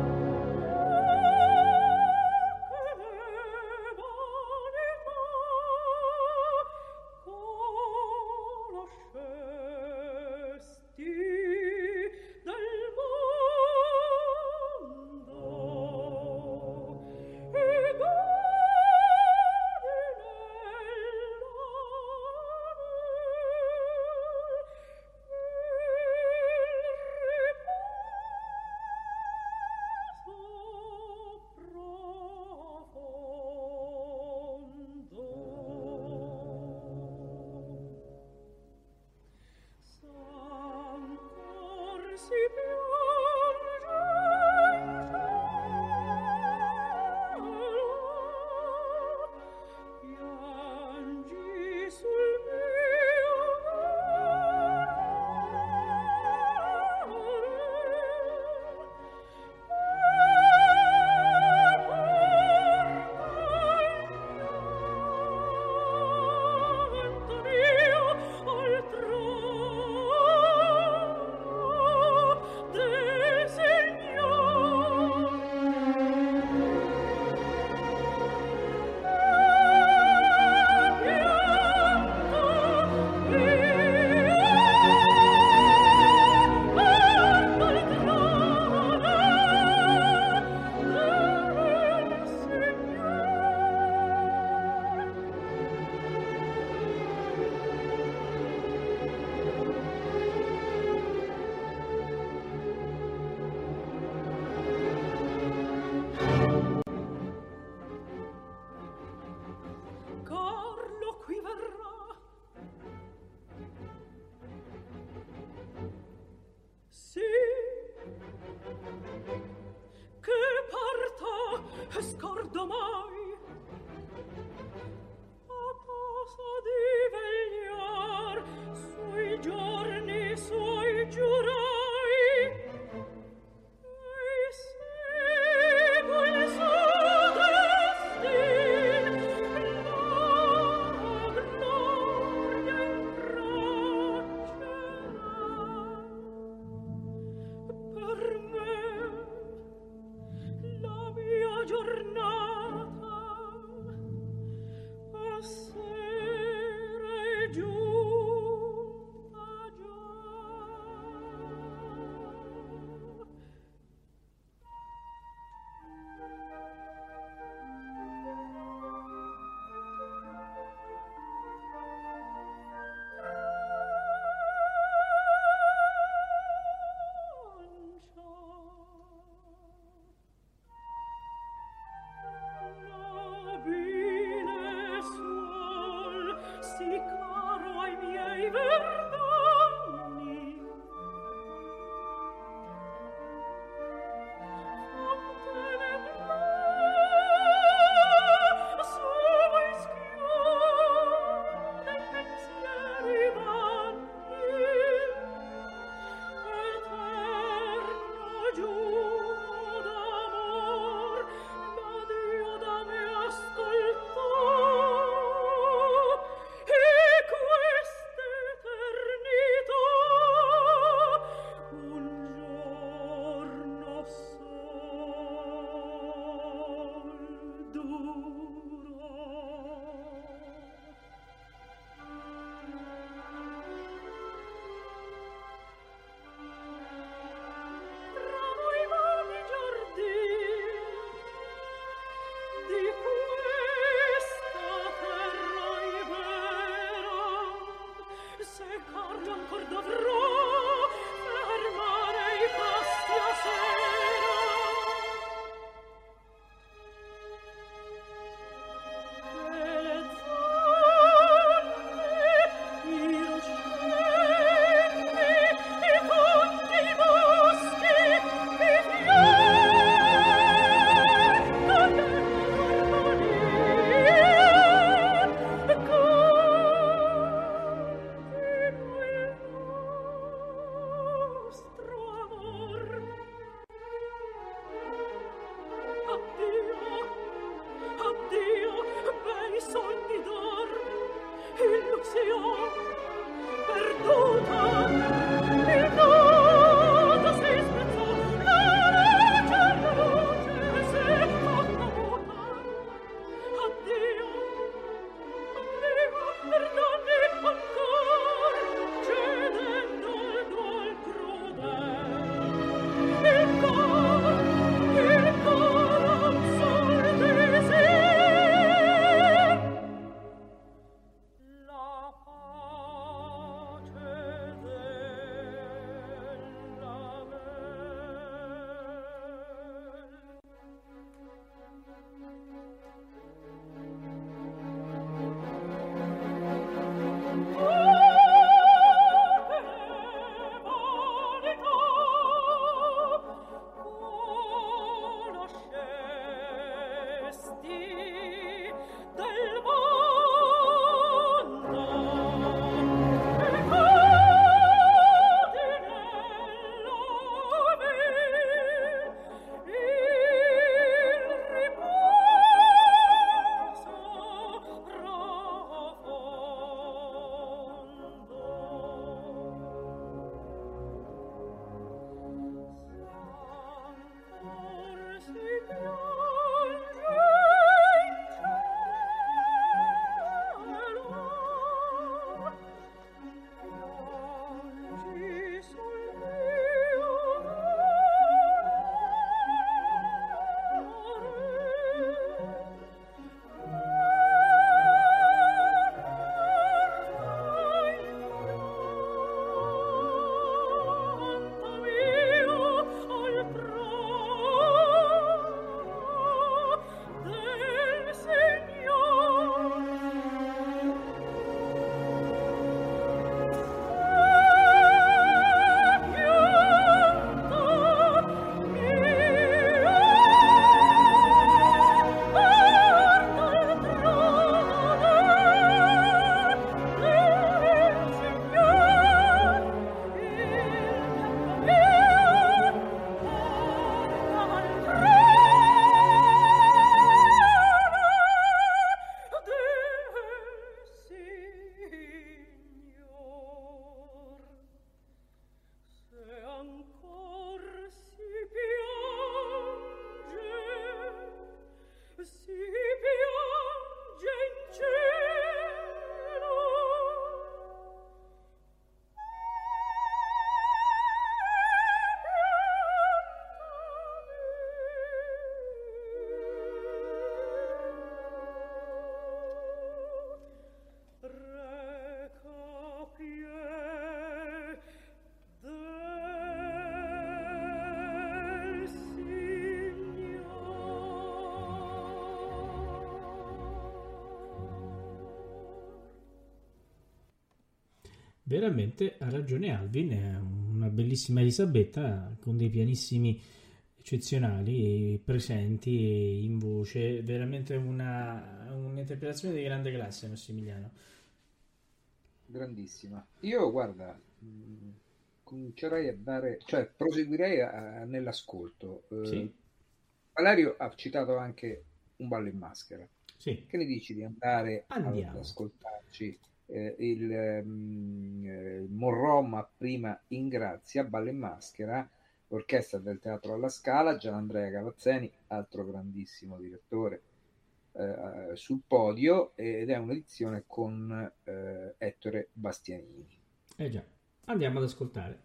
Veramente ha ragione Alvin, è una bellissima Elisabetta con dei pianissimi eccezionali presenti in voce, veramente un'interpretazione di grande classe, Massimiliano. Grandissima. Io, guarda, comincerei a dare, cioè proseguirei nell'ascolto. Sì. Valerio ha citato anche Un ballo in maschera. Sì. Che ne dici di andare ad Andiamo. ascoltarci il Monroe, ma prima in Grazia, ballo in maschera, orchestra del Teatro alla Scala, Gianandrea Cavazzeni, altro grandissimo direttore, sul podio, ed è un'edizione con Ettore Bastianini. Già, andiamo ad ascoltare.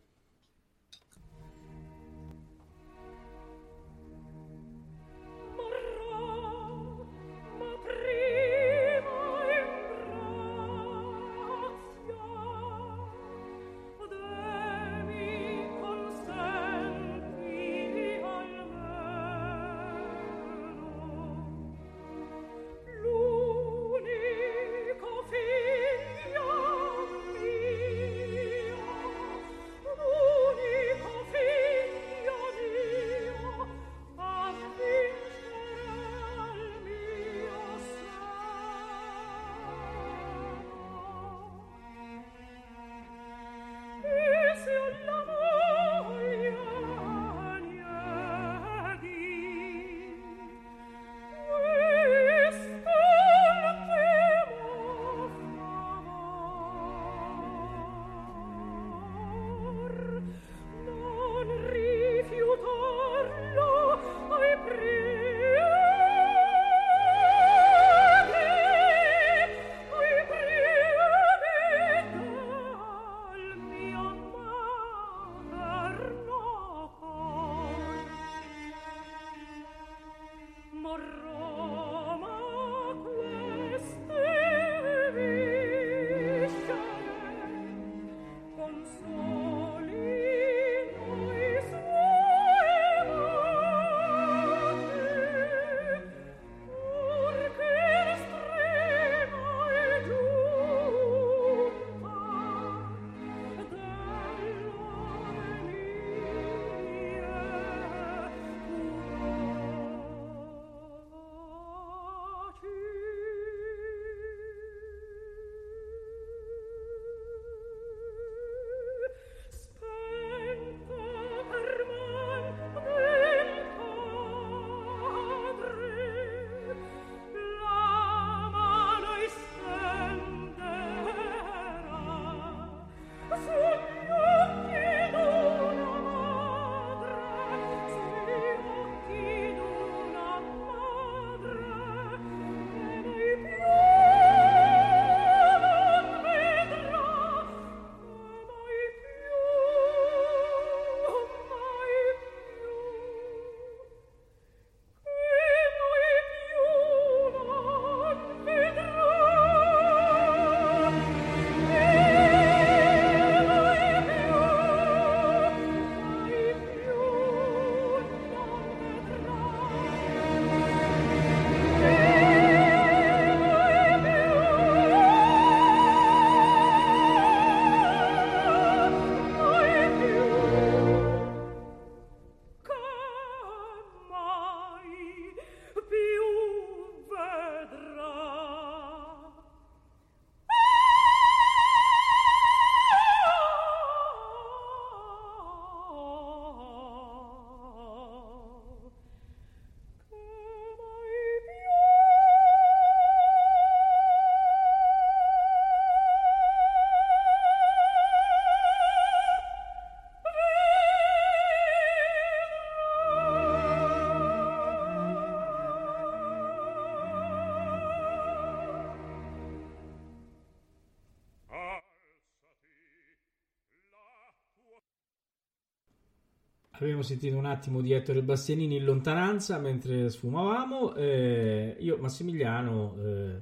Abbiamo sentito un attimo di Ettore Bastianini in lontananza mentre sfumavamo. Io, Massimiliano,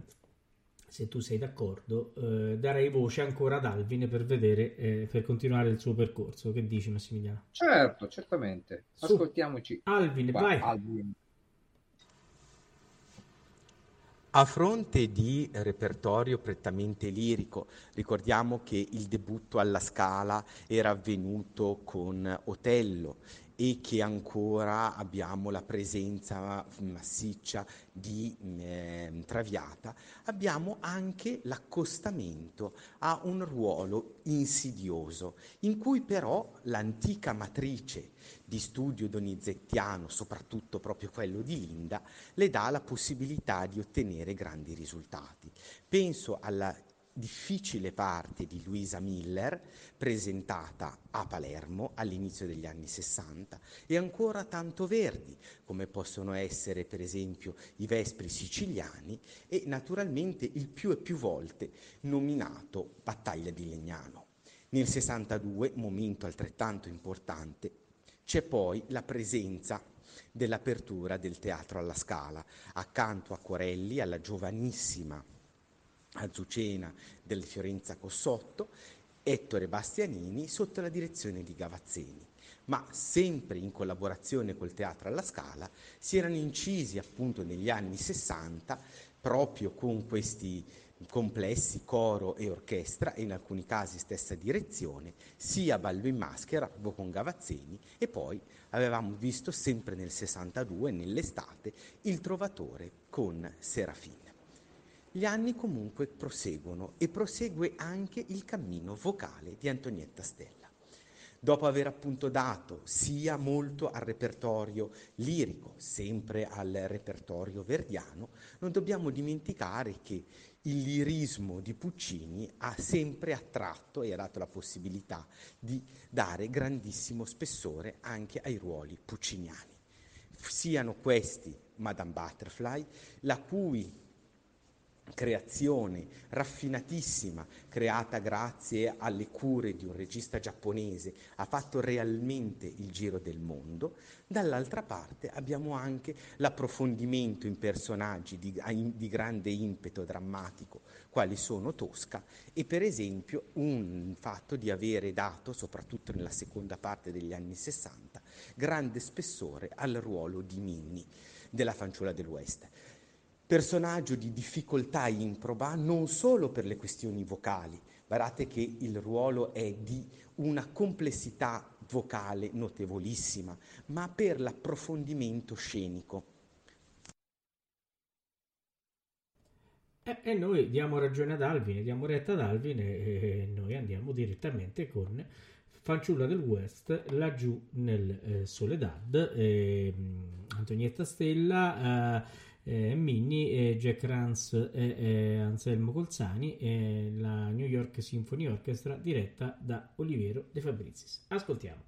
se tu sei d'accordo, darei voce ancora ad Alvin per vedere, per continuare il suo percorso. Che dici, Massimiliano? Certo, certamente. Ascoltiamoci. Alvin, vai. A fronte di repertorio prettamente lirico, ricordiamo che il debutto alla Scala era avvenuto con Otello e che ancora abbiamo la presenza massiccia di Traviata, abbiamo anche l'accostamento a un ruolo insidioso, in cui però l'antica matrice di studio donizettiano, soprattutto proprio quello di Linda, le dà la possibilità di ottenere grandi risultati. Penso alla difficile parte di Luisa Miller, presentata a Palermo all'inizio degli anni 60, e ancora tanto Verdi, come possono essere per esempio i Vespri siciliani e naturalmente il più e più volte nominato Battaglia di Legnano. Nel 62, momento altrettanto importante, c'è poi la presenza dell'apertura del Teatro alla Scala, accanto a Corelli, alla giovanissima Azucena del Fiorenza Cossotto, Ettore Bastianini sotto la direzione di Gavazzeni. Ma sempre in collaborazione col Teatro alla Scala si erano incisi appunto negli anni 60 proprio con questi complessi coro e orchestra, e in alcuni casi stessa direzione, sia Ballo in Maschera con Gavazzeni, e poi avevamo visto sempre nel 62, nell'estate, Il Trovatore con Serafin. Gli anni comunque proseguono e prosegue anche il cammino vocale di Antonietta Stella. Dopo aver appunto dato sia molto al repertorio lirico, sempre al repertorio verdiano, non dobbiamo dimenticare che il lirismo di Puccini ha sempre attratto e ha dato la possibilità di dare grandissimo spessore anche ai ruoli pucciniani. Siano questi Madame Butterfly, la cui creazione raffinatissima, creata grazie alle cure di un regista giapponese, ha fatto realmente il giro del mondo. Dall'altra parte abbiamo anche l'approfondimento in personaggi di grande impeto drammatico, quali sono Tosca, e per esempio un fatto di avere dato, soprattutto nella seconda parte degli anni 60, grande spessore al ruolo di Minnie, della fanciulla dell'Ouest. Personaggio di difficoltà improba non solo per le questioni vocali, guardate che il ruolo è di una complessità vocale notevolissima, ma per l'approfondimento scenico. E noi diamo ragione ad Alvin, diamo retta ad Alvin e noi andiamo direttamente con Fanciulla del West, laggiù nel Soledad, Antonietta Stella, Minnie, Jack Rance e Anselmo Colzani, la New York Symphony Orchestra diretta da Oliviero De Fabrizis. Ascoltiamo.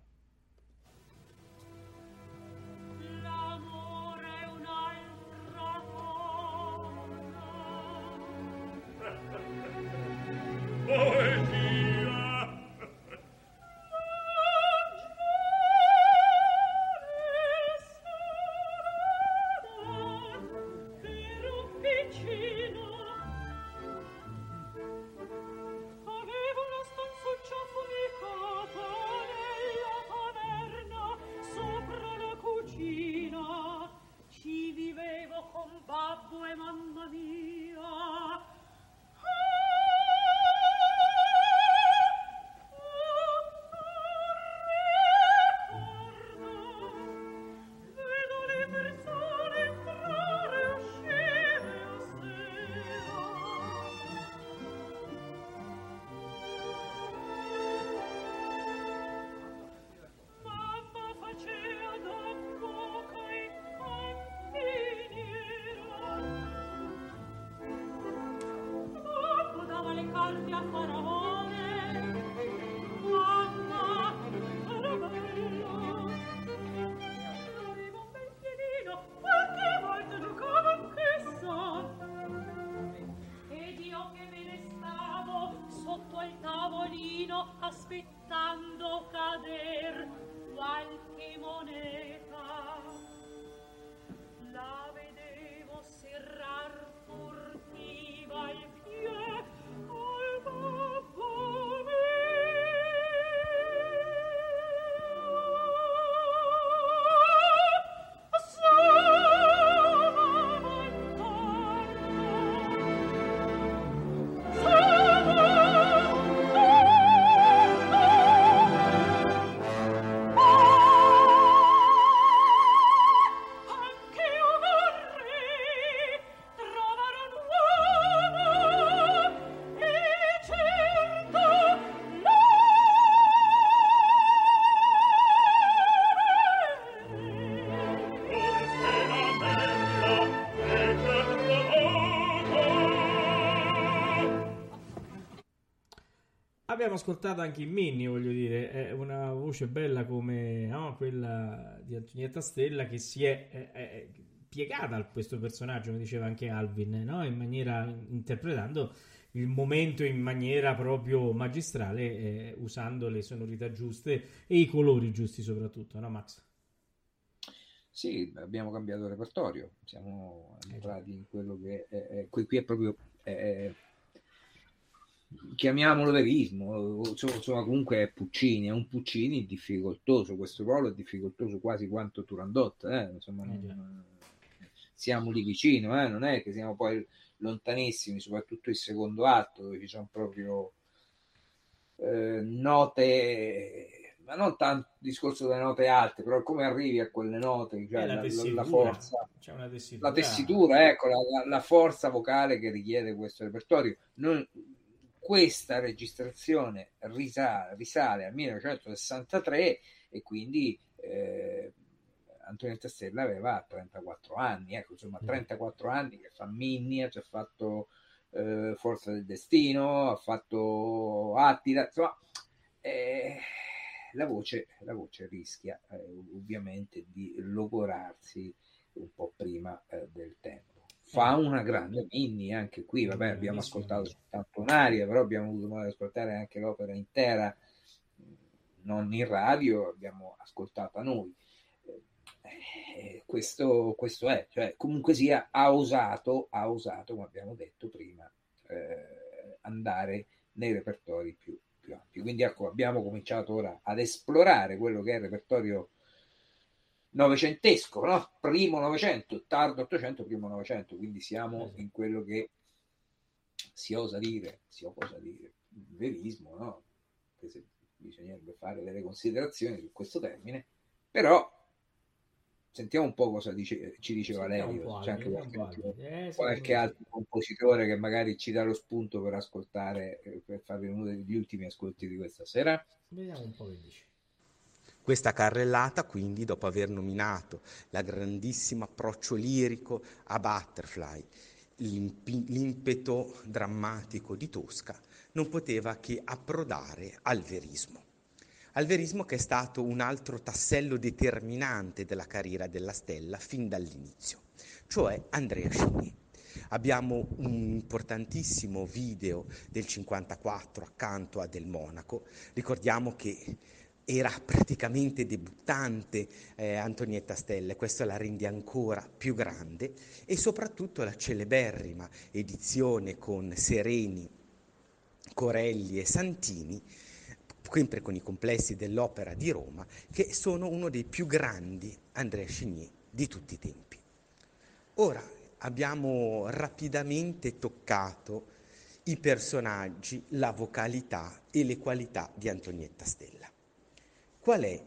Aspettando cader qualche moneta, la vedevo serrar furtiva il piè al babbo mio. Stava lontano Abbiamo ascoltato anche in Minnie, voglio dire, è una voce bella come, no, quella di Antonietta Stella, che si è piegata a questo personaggio, come diceva anche Alvin, no? Interpretando il momento in maniera proprio magistrale, usando le sonorità giuste e i colori giusti soprattutto, no Max? Sì, abbiamo cambiato repertorio, siamo entrati in quello che qui è proprio... chiamiamolo verismo, insomma, comunque è Puccini, è un Puccini difficoltoso, questo ruolo è difficoltoso quasi quanto Turandot, insomma, siamo lì vicino, non è che siamo poi lontanissimi, soprattutto il secondo atto, dove ci sono proprio note, ma non tanto discorso delle note alte, però come arrivi a quelle note, cioè la forza, c'è una tessitura. La tessitura, ecco, la forza vocale che richiede questo repertorio. Questa registrazione risale al 1963 e quindi Antonietta Stella aveva 34 anni, ecco, insomma, 34 anni che fa Minnie, ci ha fatto Forza del Destino, ha fatto Attila, insomma, la voce rischia ovviamente di logorarsi un po' prima del tempo. Fa una grande Minnie anche qui, vabbè, abbiamo ascoltato soltanto un'aria, però abbiamo avuto modo di ascoltare anche l'opera intera, non in radio, abbiamo ascoltata noi. Questo è, cioè, comunque sia, ha osato, come abbiamo detto prima, andare nei repertori più ampi. Quindi ecco, abbiamo cominciato ora ad esplorare quello che è il repertorio novecentesco, no? Primo Novecento, tardo Ottocento, primo Novecento, quindi siamo in quello che si osa dire verismo, no? Che bisognerebbe fare delle considerazioni su questo termine, però sentiamo un po' cosa ci dice Valerio, c'è anche qualche altro compositore che magari ci dà lo spunto per ascoltare, per fare uno degli ultimi ascolti di questa sera. Vediamo un po' che dice. Questa carrellata, quindi, dopo aver nominato la grandissimo approccio lirico a Butterfly, l'impeto drammatico di Tosca, non poteva che approdare al verismo. Al verismo, che è stato un altro tassello determinante della carriera della Stella fin dall'inizio, cioè Andrea Chenier. Abbiamo un importantissimo video del 54 accanto a Del Monaco. Ricordiamo che era praticamente debuttante Antonietta Stella, e questo la rende ancora più grande, e soprattutto la celeberrima edizione con Sereni, Corelli e Santini, sempre con i complessi dell'Opera di Roma, che sono uno dei più grandi Andrea Chenier di tutti i tempi. Ora abbiamo rapidamente toccato i personaggi, la vocalità e le qualità di Antonietta Stella. Qual è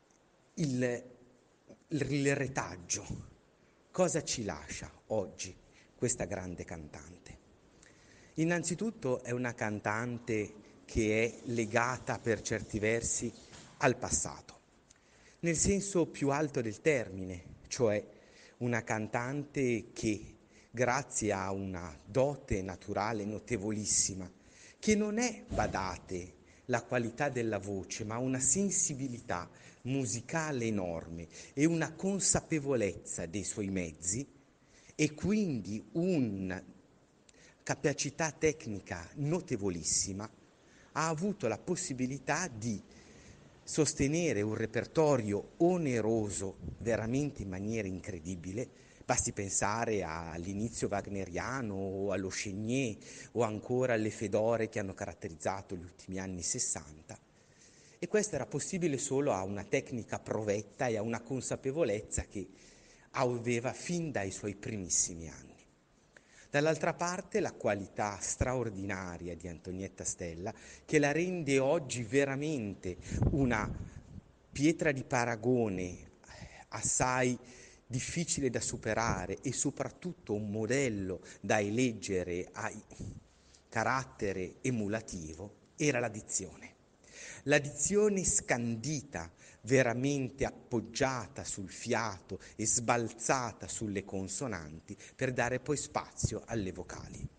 il retaggio? Cosa ci lascia oggi questa grande cantante? Innanzitutto è una cantante che è legata per certi versi al passato, nel senso più alto del termine, cioè una cantante che, grazie a una dote naturale notevolissima, che non è, badate, la qualità della voce, ma una sensibilità musicale enorme e una consapevolezza dei suoi mezzi, e quindi una capacità tecnica notevolissima, ha avuto la possibilità di sostenere un repertorio oneroso veramente in maniera incredibile. Basti pensare all'inizio wagneriano o allo Chenier o ancora alle fedore che hanno caratterizzato gli ultimi anni 60. E questo era possibile solo a una tecnica provetta e a una consapevolezza che aveva fin dai suoi primissimi anni. Dall'altra parte la qualità straordinaria di Antonietta Stella, che la rende oggi veramente una pietra di paragone assai difficile da superare e soprattutto un modello da eleggere a carattere emulativo, era la dizione. La dizione scandita, veramente appoggiata sul fiato e sbalzata sulle consonanti per dare poi spazio alle vocali.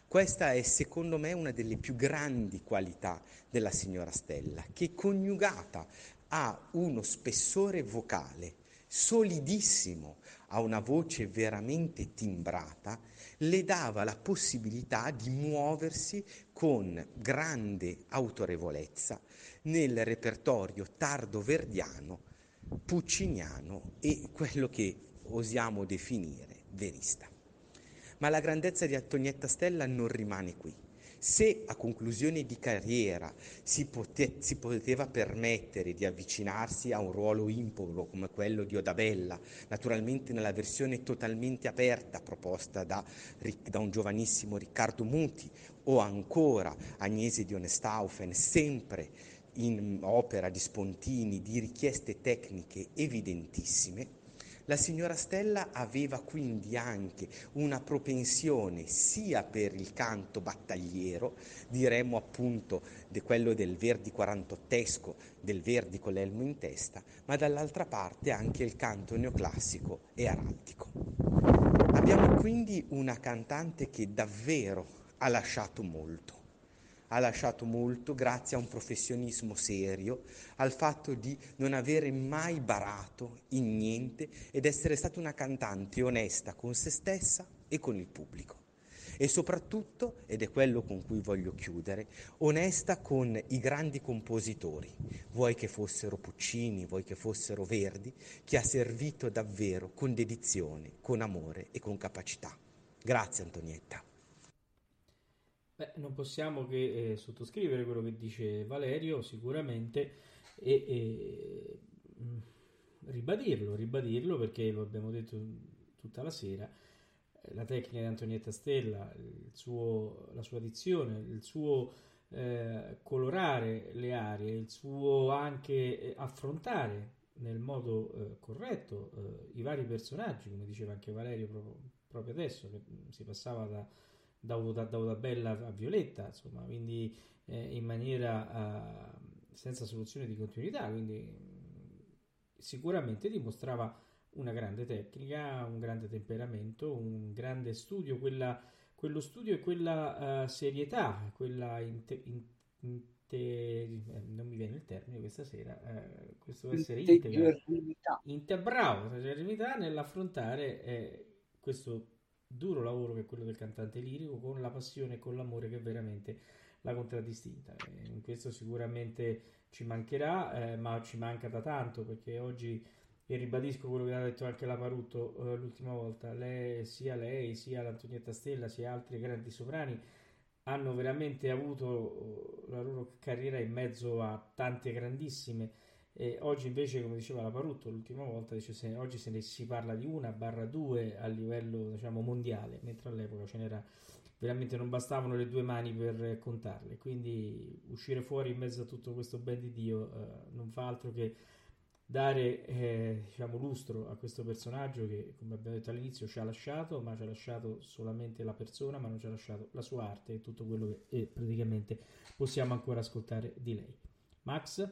Questa è secondo me una delle più grandi qualità della signora Stella, che coniugata a uno spessore vocale solidissimo, a una voce veramente timbrata, le dava la possibilità di muoversi con grande autorevolezza nel repertorio tardo-verdiano, pucciniano e quello che osiamo definire verista. Ma la grandezza di Antonietta Stella non rimane qui. Se a conclusione di carriera si poteva permettere di avvicinarsi a un ruolo improbo come quello di Odabella, naturalmente nella versione totalmente aperta proposta da un giovanissimo Riccardo Muti, o ancora Agnese di Onestaufen, sempre in opera di Spontini, di richieste tecniche evidentissime, la signora Stella aveva quindi anche una propensione sia per il canto battagliero, diremmo appunto di quello del Verdi quarantottesco, del Verdi con l'elmo in testa, ma dall'altra parte anche il canto neoclassico e araldico. Abbiamo quindi una cantante che davvero ha lasciato molto grazie a un professionismo serio, al fatto di non avere mai barato in niente ed essere stata una cantante onesta con se stessa e con il pubblico. E soprattutto, ed è quello con cui voglio chiudere, onesta con i grandi compositori, vuoi che fossero Puccini, vuoi che fossero Verdi, che ha servito davvero con dedizione, con amore e con capacità. Grazie Antonietta. Beh, non possiamo che sottoscrivere quello che dice Valerio sicuramente e ribadirlo perché lo abbiamo detto tutta la sera. La tecnica di Antonietta Stella, la sua dizione, il suo colorare le arie, il suo anche affrontare nel modo corretto i vari personaggi, come diceva anche Valerio proprio adesso, che si passava da Odabella a Violetta, insomma, quindi in maniera senza soluzione di continuità, quindi sicuramente dimostrava una grande tecnica, un grande temperamento, un grande studio, quello studio e quella serietà, quella non mi viene il termine questa sera, questo essere bravo, nell'affrontare questo duro lavoro che è quello del cantante lirico, con la passione e con l'amore che veramente l'ha contraddistinta. In questo sicuramente ci mancherà, ma ci manca da tanto, perché oggi, e ribadisco quello che ha detto anche la Parutto l'ultima volta, sia l'Antonietta Stella sia altri grandi sovrani hanno veramente avuto la loro carriera in mezzo a tante grandissime. Oggi invece, come diceva la Parutto l'ultima volta, oggi si parla di 1/2 a livello, diciamo, mondiale, mentre all'epoca ce n'era veramente, non bastavano le 2 mani per contarle. Quindi uscire fuori in mezzo a tutto questo ben di Dio non fa altro che dare diciamo lustro a questo personaggio che, come abbiamo detto all'inizio, ci ha lasciato, ma ci ha lasciato solamente la persona, ma non ci ha lasciato la sua arte e tutto quello che praticamente possiamo ancora ascoltare di lei. Max?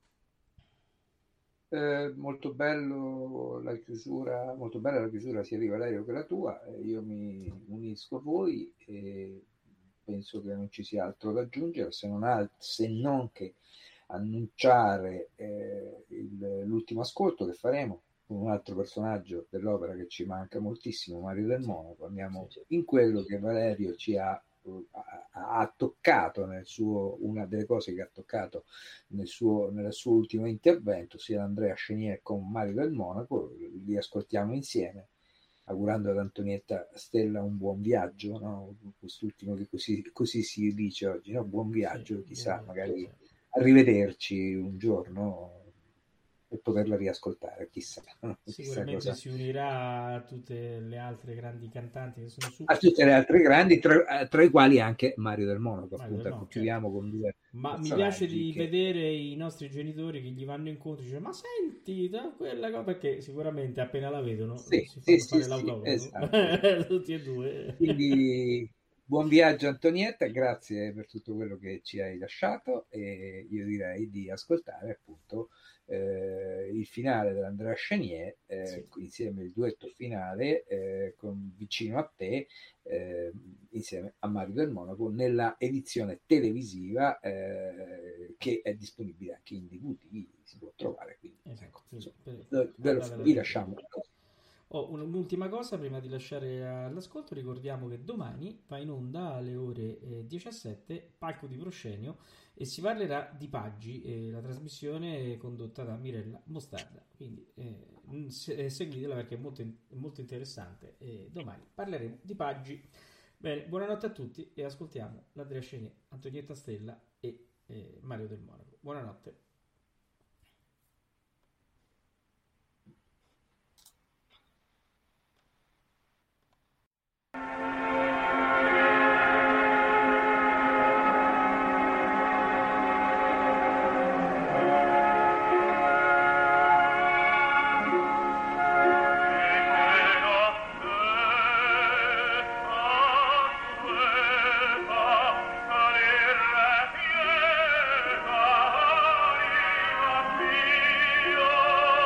Molto bella la chiusura sia di Valerio che la tua. Io mi unisco a voi e penso che non ci sia altro da aggiungere se non che annunciare l'ultimo ascolto che faremo con un altro personaggio dell'opera che ci manca moltissimo, Mario del Monaco. Andiamo in quello che Valerio ci ha toccato una delle cose che ha toccato nel suo ultimo intervento, sia Andrea Chenier con Mario del Monaco. Li ascoltiamo insieme, augurando ad Antonietta Stella un buon viaggio, no? Quest'ultimo che così si dice oggi, no? Buon viaggio, chissà, magari arrivederci un giorno e poterla riascoltare, chissà. Sicuramente si unirà a tutte le altre grandi cantanti che sono su. A tutte le altre grandi, tra i quali anche Mario del Monaco, appunto, chiudiamo con 2. Ma mi piace di vedere i nostri genitori che gli vanno incontro e dicono: ma senti, quella cosa, perché sicuramente appena la vedono si fanno fare l'autografo, esatto. tutti e due. Quindi Buon viaggio Antonietta, grazie per tutto quello che ci hai lasciato, e io direi di ascoltare appunto il finale dell'Andrea Chenier, Sì. insieme il duetto finale con Vicino a te, insieme a Mario del Monaco, nella edizione televisiva che è disponibile anche in DVD, si può trovare, quindi Esatto, ecco, quindi vi lasciamo. un'ultima cosa prima di lasciare all'ascolto: ricordiamo che domani va in onda alle ore 17 Palco di Proscenio, e si parlerà di Paggi, la trasmissione condotta da Mirella Mostarda, quindi seguitela perché è molto interessante, e domani parleremo di Paggi. Bene, buonanotte a tutti e ascoltiamo l'Andrea Chenier, Antonietta Stella e Mario del Monaco. Buonanotte.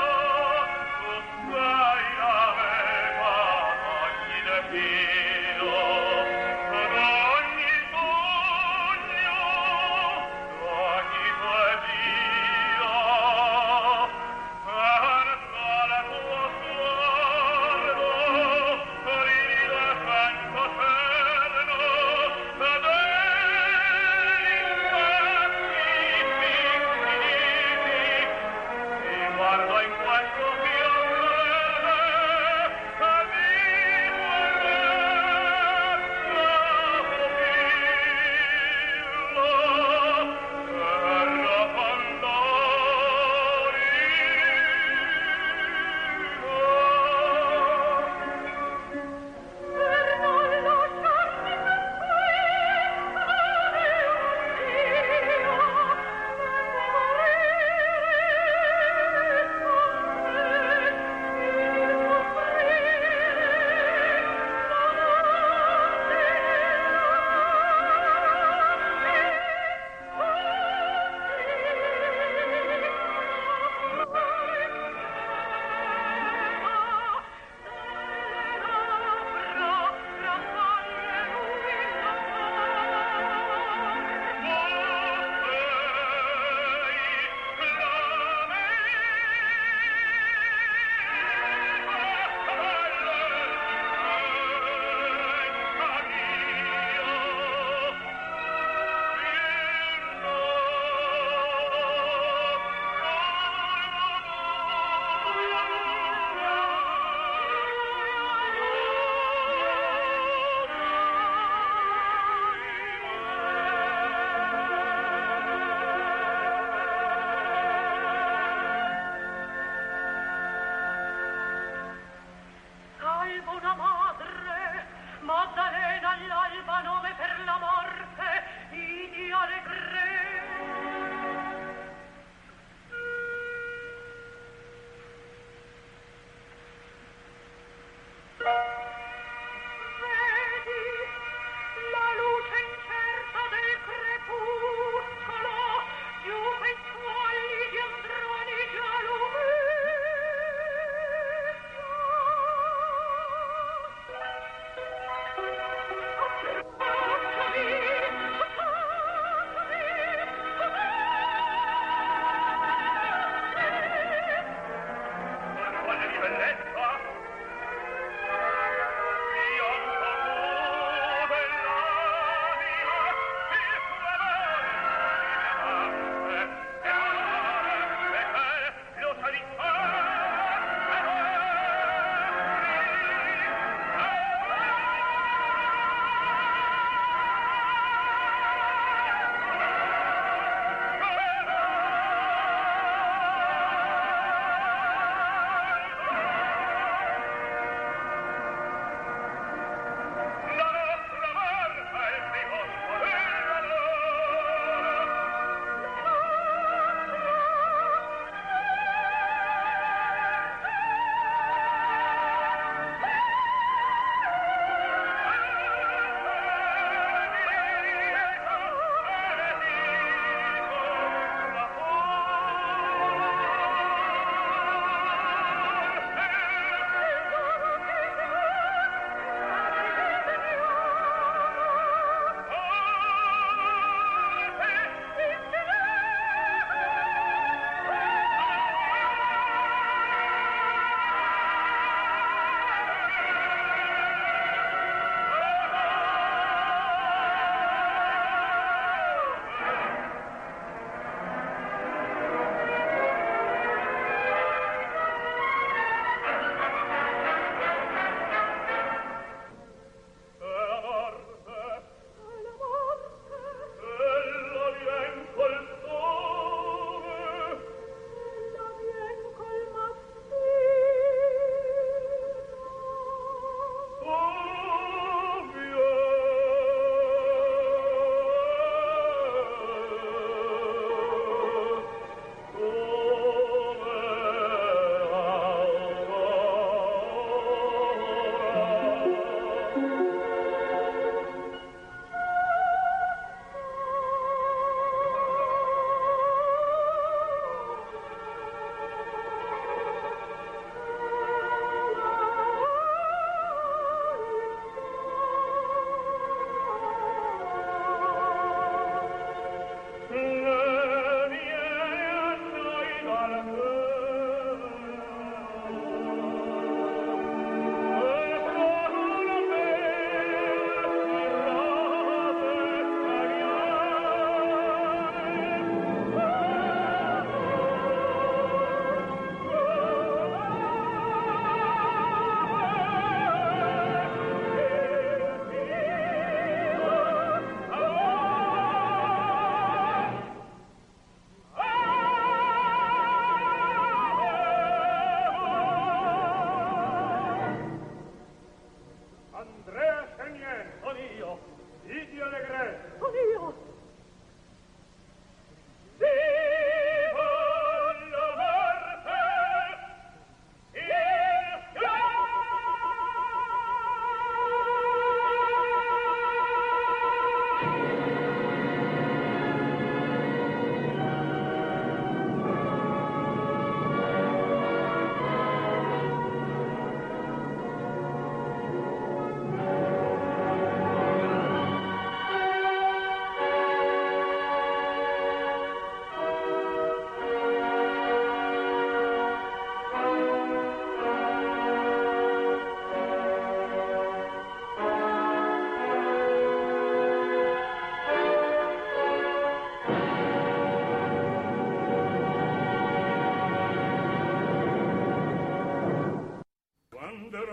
Io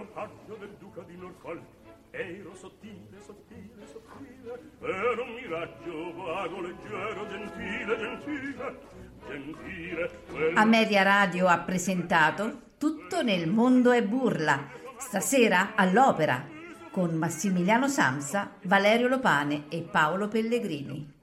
paggio del duca di Norfolk. Ero sottile, sottile, sottile, ero un miraggio vago, leggero, gentile, gentile, gentile. Ameria Radio ha presentato Tutto nel mondo è burla, stasera all'Opera, con Massimiliano Samsa, Valerio Lopane e Paolo Pellegrini.